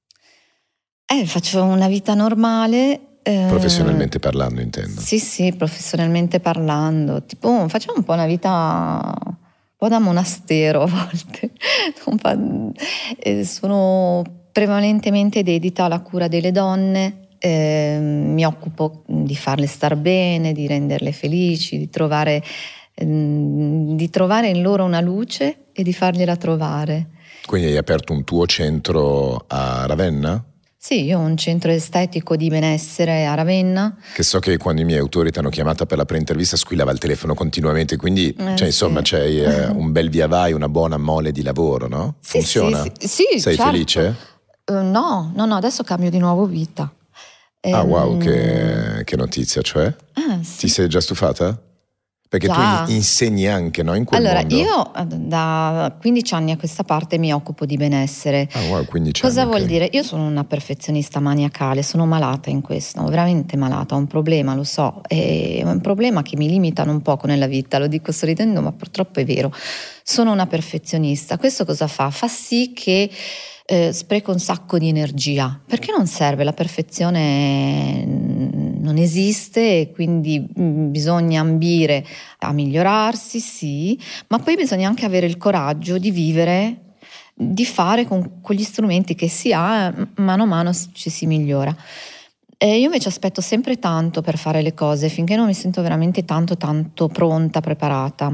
Eh, faccio una vita normale. Eh, Professionalmente parlando, intendo. Sì, sì, professionalmente parlando. Tipo, facciamo un po' una vita un po' da monastero a volte. eh, sono prevalentemente dedita alla cura delle donne. Eh, mi occupo di farle star bene, di renderle felici, di trovare, ehm, di trovare in loro una luce e di fargliela trovare. Quindi hai aperto un tuo centro a Ravenna? Sì, io ho un centro estetico di benessere a Ravenna. Che so che quando i miei autori ti hanno chiamata per la pre-intervista squillava il telefono continuamente, quindi eh, cioè, insomma sì. c'hai eh, un bel via vai, una buona mole di lavoro, no? Sì, Funziona? Sì, sì, sì, Sei certo. felice? Uh, no, no, no, adesso cambio di nuovo vita. Ah ehm... wow, che, che notizia, cioè? Ah, sì. Ti sei già stufata? Perché Già. tu insegni anche, no, in quel allora, mondo. Io da quindici anni a questa parte mi occupo di benessere. Ah wow, quindici Cosa anni. vuol okay. dire? Io sono una perfezionista maniacale, sono malata in questo, veramente malata, ho un problema, lo so, è un problema che mi limitano un poco nella vita, lo dico sorridendo, ma purtroppo è vero. Sono una perfezionista. Questo cosa fa? Fa sì che eh, spreco un sacco di energia, perché non serve, la perfezione non esiste e quindi bisogna ambire a migliorarsi, sì, ma poi bisogna anche avere il coraggio di vivere, di fare con quegli strumenti che si ha, mano a mano ci si migliora. E io invece aspetto sempre tanto per fare le cose, finché non mi sento veramente tanto tanto pronta, preparata.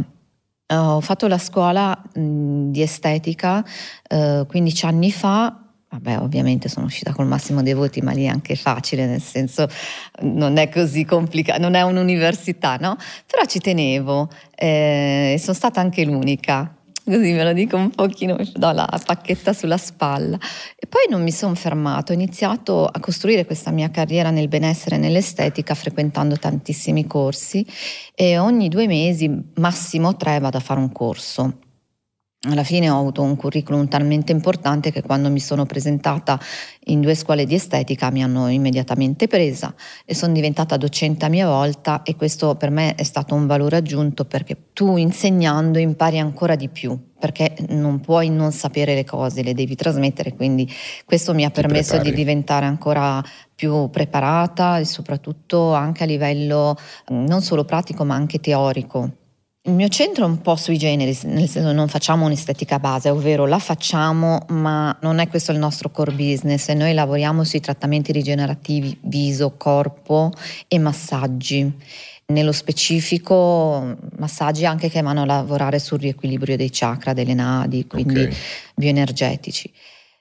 Ho fatto la scuola mh, di estetica eh, quindici anni fa. Vabbè, ovviamente sono uscita col massimo dei voti, ma lì è anche facile, nel senso non è così complicato, non è un'università, no? Però ci tenevo e eh, sono stata anche l'unica, così me lo dico un pochino, mi do la pacchetta sulla spalla. E poi non mi sono fermata, ho iniziato a costruire questa mia carriera nel benessere e nell'estetica frequentando tantissimi corsi e ogni due mesi, massimo tre, vado a fare un corso. Alla fine ho avuto un curriculum talmente importante che quando mi sono presentata in due scuole di estetica mi hanno immediatamente presa e sono diventata docente a mia volta, e questo per me è stato un valore aggiunto, perché tu insegnando impari ancora di più, perché non puoi non sapere le cose, le devi trasmettere, quindi questo mi ha Ti permesso prepari. di diventare ancora più preparata e soprattutto anche a livello non solo pratico ma anche teorico. Il mio centro è un po' sui generis, nel senso non facciamo un'estetica base, ovvero la facciamo ma non è questo il nostro core business, e noi lavoriamo sui trattamenti rigenerativi viso, corpo e massaggi. Nello specifico massaggi anche che vanno a lavorare sul riequilibrio dei chakra, delle nadi, quindi okay. bioenergetici.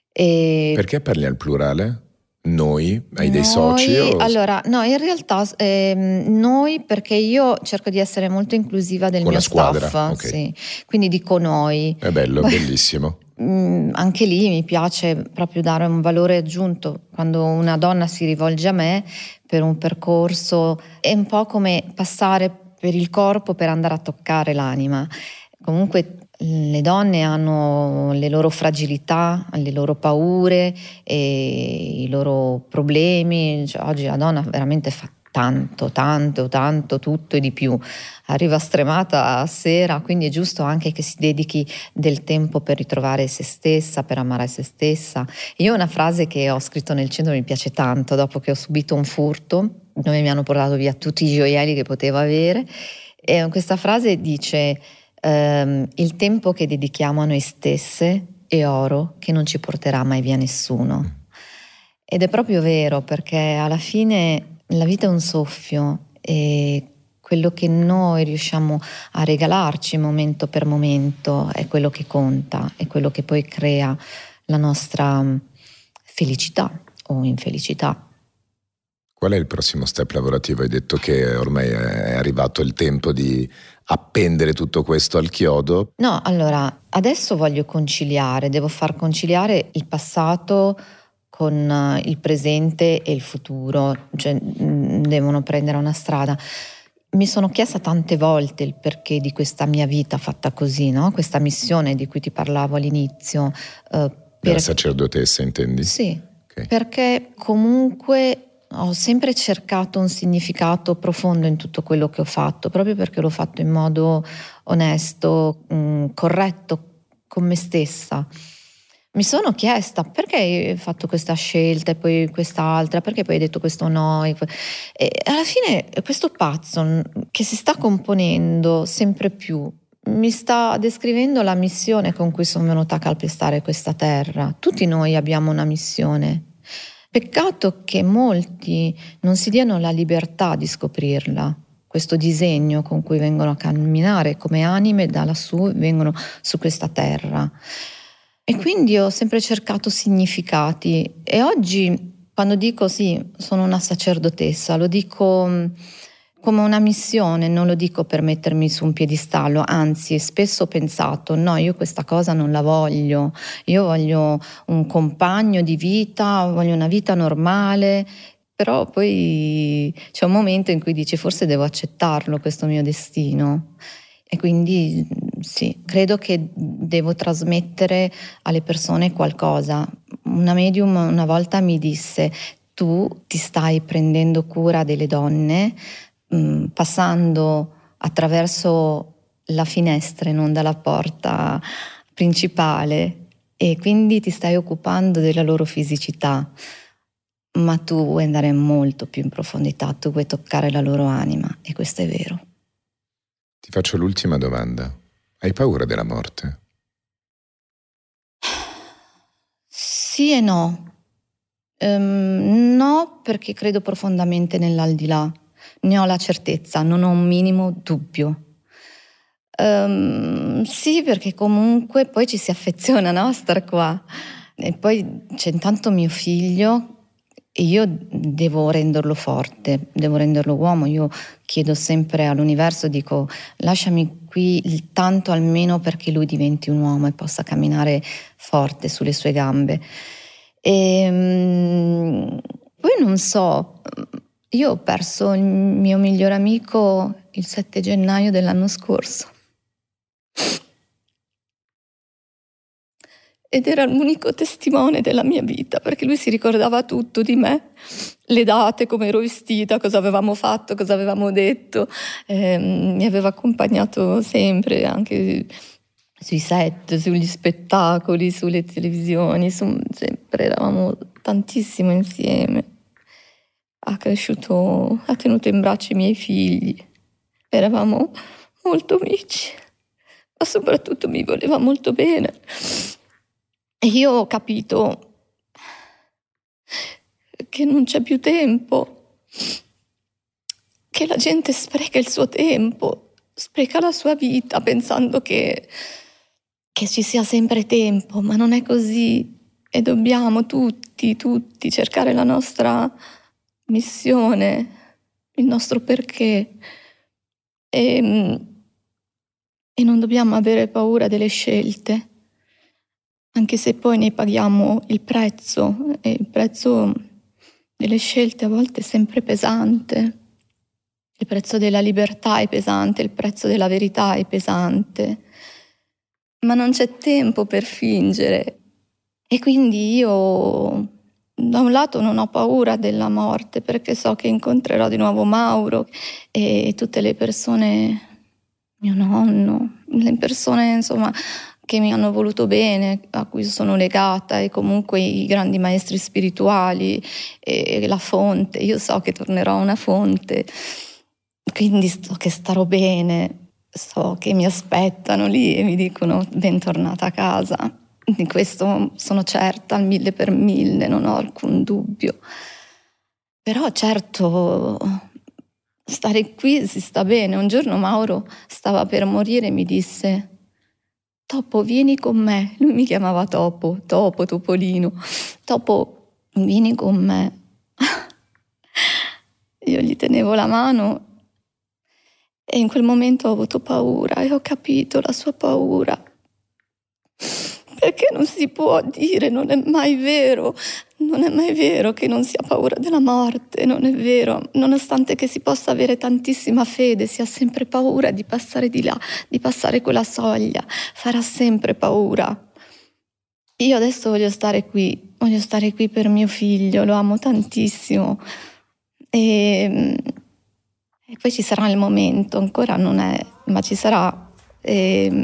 E perché parli al plurale? Noi? Hai dei noi, soci? O... Allora, no, in realtà ehm, noi, perché io cerco di essere molto inclusiva del Con mio la squadra, staff, okay. sì. Quindi dico noi. È bello, Poi, bellissimo. mh, anche lì mi piace proprio dare un valore aggiunto quando una donna si rivolge a me, per un percorso, è un po' come passare per il corpo per andare a toccare l'anima. Comunque le donne hanno le loro fragilità, le loro paure e i loro problemi. Cioè, oggi la donna veramente fa tanto, tanto, tanto, tutto e di più. Arriva stremata a sera, quindi è giusto anche che si dedichi del tempo per ritrovare se stessa, per amare se stessa. Io ho una frase che ho scritto nel centro, mi piace tanto, dopo che ho subito un furto, dove mi hanno portato via tutti i gioielli che potevo avere, e questa frase dice: ehm, il tempo che dedichiamo a noi stesse è oro che non ci porterà mai via nessuno. Ed è proprio vero, perché alla fine la vita è un soffio e quello che noi riusciamo a regalarci momento per momento è quello che conta, è quello che poi crea la nostra felicità o infelicità. Qual è il prossimo step lavorativo? Hai detto che ormai è arrivato il tempo di appendere tutto questo al chiodo. No, allora, adesso voglio conciliare, devo far conciliare il passato con il presente e il futuro, cioè devono prendere una strada. Mi sono chiesta tante volte il perché di questa mia vita fatta così, no? Questa missione di cui ti parlavo all'inizio. Eh, per... La sacerdotessa, intendi? Sì, okay. Perché comunque ho sempre cercato un significato profondo in tutto quello che ho fatto, proprio perché l'ho fatto in modo onesto, mh, corretto con me stessa. Mi sono chiesta perché hai fatto questa scelta e poi quest'altra, perché poi hai detto questo no. E alla fine questo pazzo che si sta componendo sempre più mi sta descrivendo la missione con cui sono venuta a calpestare questa terra. Tutti noi abbiamo una missione. Peccato che molti non si diano la libertà di scoprirla, questo disegno con cui vengono a camminare come anime da lassù, vengono su questa terra. E quindi ho sempre cercato significati e oggi quando dico sì, sono una sacerdotessa, lo dico come una missione, non lo dico per mettermi su un piedistallo, anzi spesso ho pensato no, io questa cosa non la voglio, io voglio un compagno di vita, voglio una vita normale, però poi c'è un momento in cui dici forse devo accettarlo questo mio destino. E quindi sì, credo che devo trasmettere alle persone qualcosa. Una medium una volta mi disse: tu ti stai prendendo cura delle donne mh, passando attraverso la finestra e non dalla porta principale, e quindi ti stai occupando della loro fisicità, ma tu vuoi andare molto più in profondità, tu vuoi toccare la loro anima, e questo è vero. Ti faccio l'ultima domanda. Hai paura della morte? Sì e no. Um, no, perché credo profondamente nell'aldilà. Ne ho la certezza, non ho un minimo dubbio. Um, sì, perché comunque poi ci si affeziona, no, a star qua. E poi c'è intanto mio figlio e io devo renderlo forte, devo renderlo uomo. Io chiedo sempre all'universo, dico lasciami qui il tanto almeno perché lui diventi un uomo e possa camminare forte sulle sue gambe. E um, poi non so, io ho perso il mio migliore amico il sette gennaio dell'anno scorso. Ed era l'unico testimone della mia vita, perché lui si ricordava tutto di me, le date, come ero vestita, cosa avevamo fatto, cosa avevamo detto. Eh, mi aveva accompagnato sempre, anche sui set, sugli spettacoli, sulle televisioni, su, sempre eravamo tantissimo insieme. Ha cresciuto, ha tenuto in braccio i miei figli, eravamo molto amici, ma soprattutto mi voleva molto bene. E io ho capito che non c'è più tempo, che la gente spreca il suo tempo, spreca la sua vita pensando che, che ci sia sempre tempo, ma non è così. E dobbiamo tutti, tutti cercare la nostra missione, il nostro perché. E, e non dobbiamo avere paura delle scelte. Anche se poi ne paghiamo il prezzo, e il prezzo delle scelte a volte sempre pesante. Il prezzo della libertà è pesante, il prezzo della verità è pesante, ma non c'è tempo per fingere. E quindi io, da un lato, non ho paura della morte, perché so che incontrerò di nuovo Mauro e tutte le persone, mio nonno, le persone, insomma, che mi hanno voluto bene, a cui sono legata, e comunque i grandi maestri spirituali e la fonte. Io so che tornerò a una fonte. Quindi so che starò bene, so che mi aspettano lì e mi dicono bentornata a casa. Di questo sono certa al mille per mille, non ho alcun dubbio. Però certo, stare qui si sta bene. Un giorno Mauro stava per morire e mi disse: Topo, vieni con me. Lui mi chiamava Topo, Topo, Topolino. Topo, vieni con me. Io gli tenevo la mano e in quel momento ho avuto paura e ho capito la sua paura. Perché non si può dire, non è mai vero, non è mai vero che non si ha paura della morte, non è vero. Nonostante che si possa avere tantissima fede, si ha sempre paura di passare di là, di passare quella soglia, farà sempre paura. Io adesso voglio stare qui, voglio stare qui per mio figlio, lo amo tantissimo. E... E poi ci sarà il momento, ancora non è, ma ci sarà. E,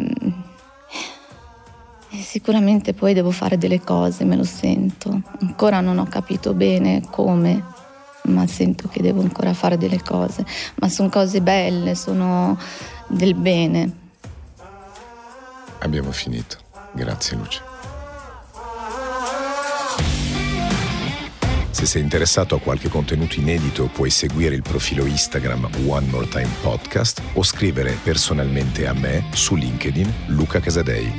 e sicuramente poi devo fare delle cose, me lo sento. Ancora non ho capito bene come, ma sento che devo ancora fare delle cose. Ma sono cose belle, sono del bene. Abbiamo finito. Grazie, Luce. Se sei interessato a qualche contenuto inedito, puoi seguire il profilo Instagram One More Time Podcast o scrivere personalmente a me su LinkedIn Luca Casadei.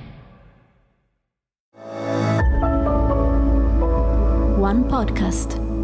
One Podcast.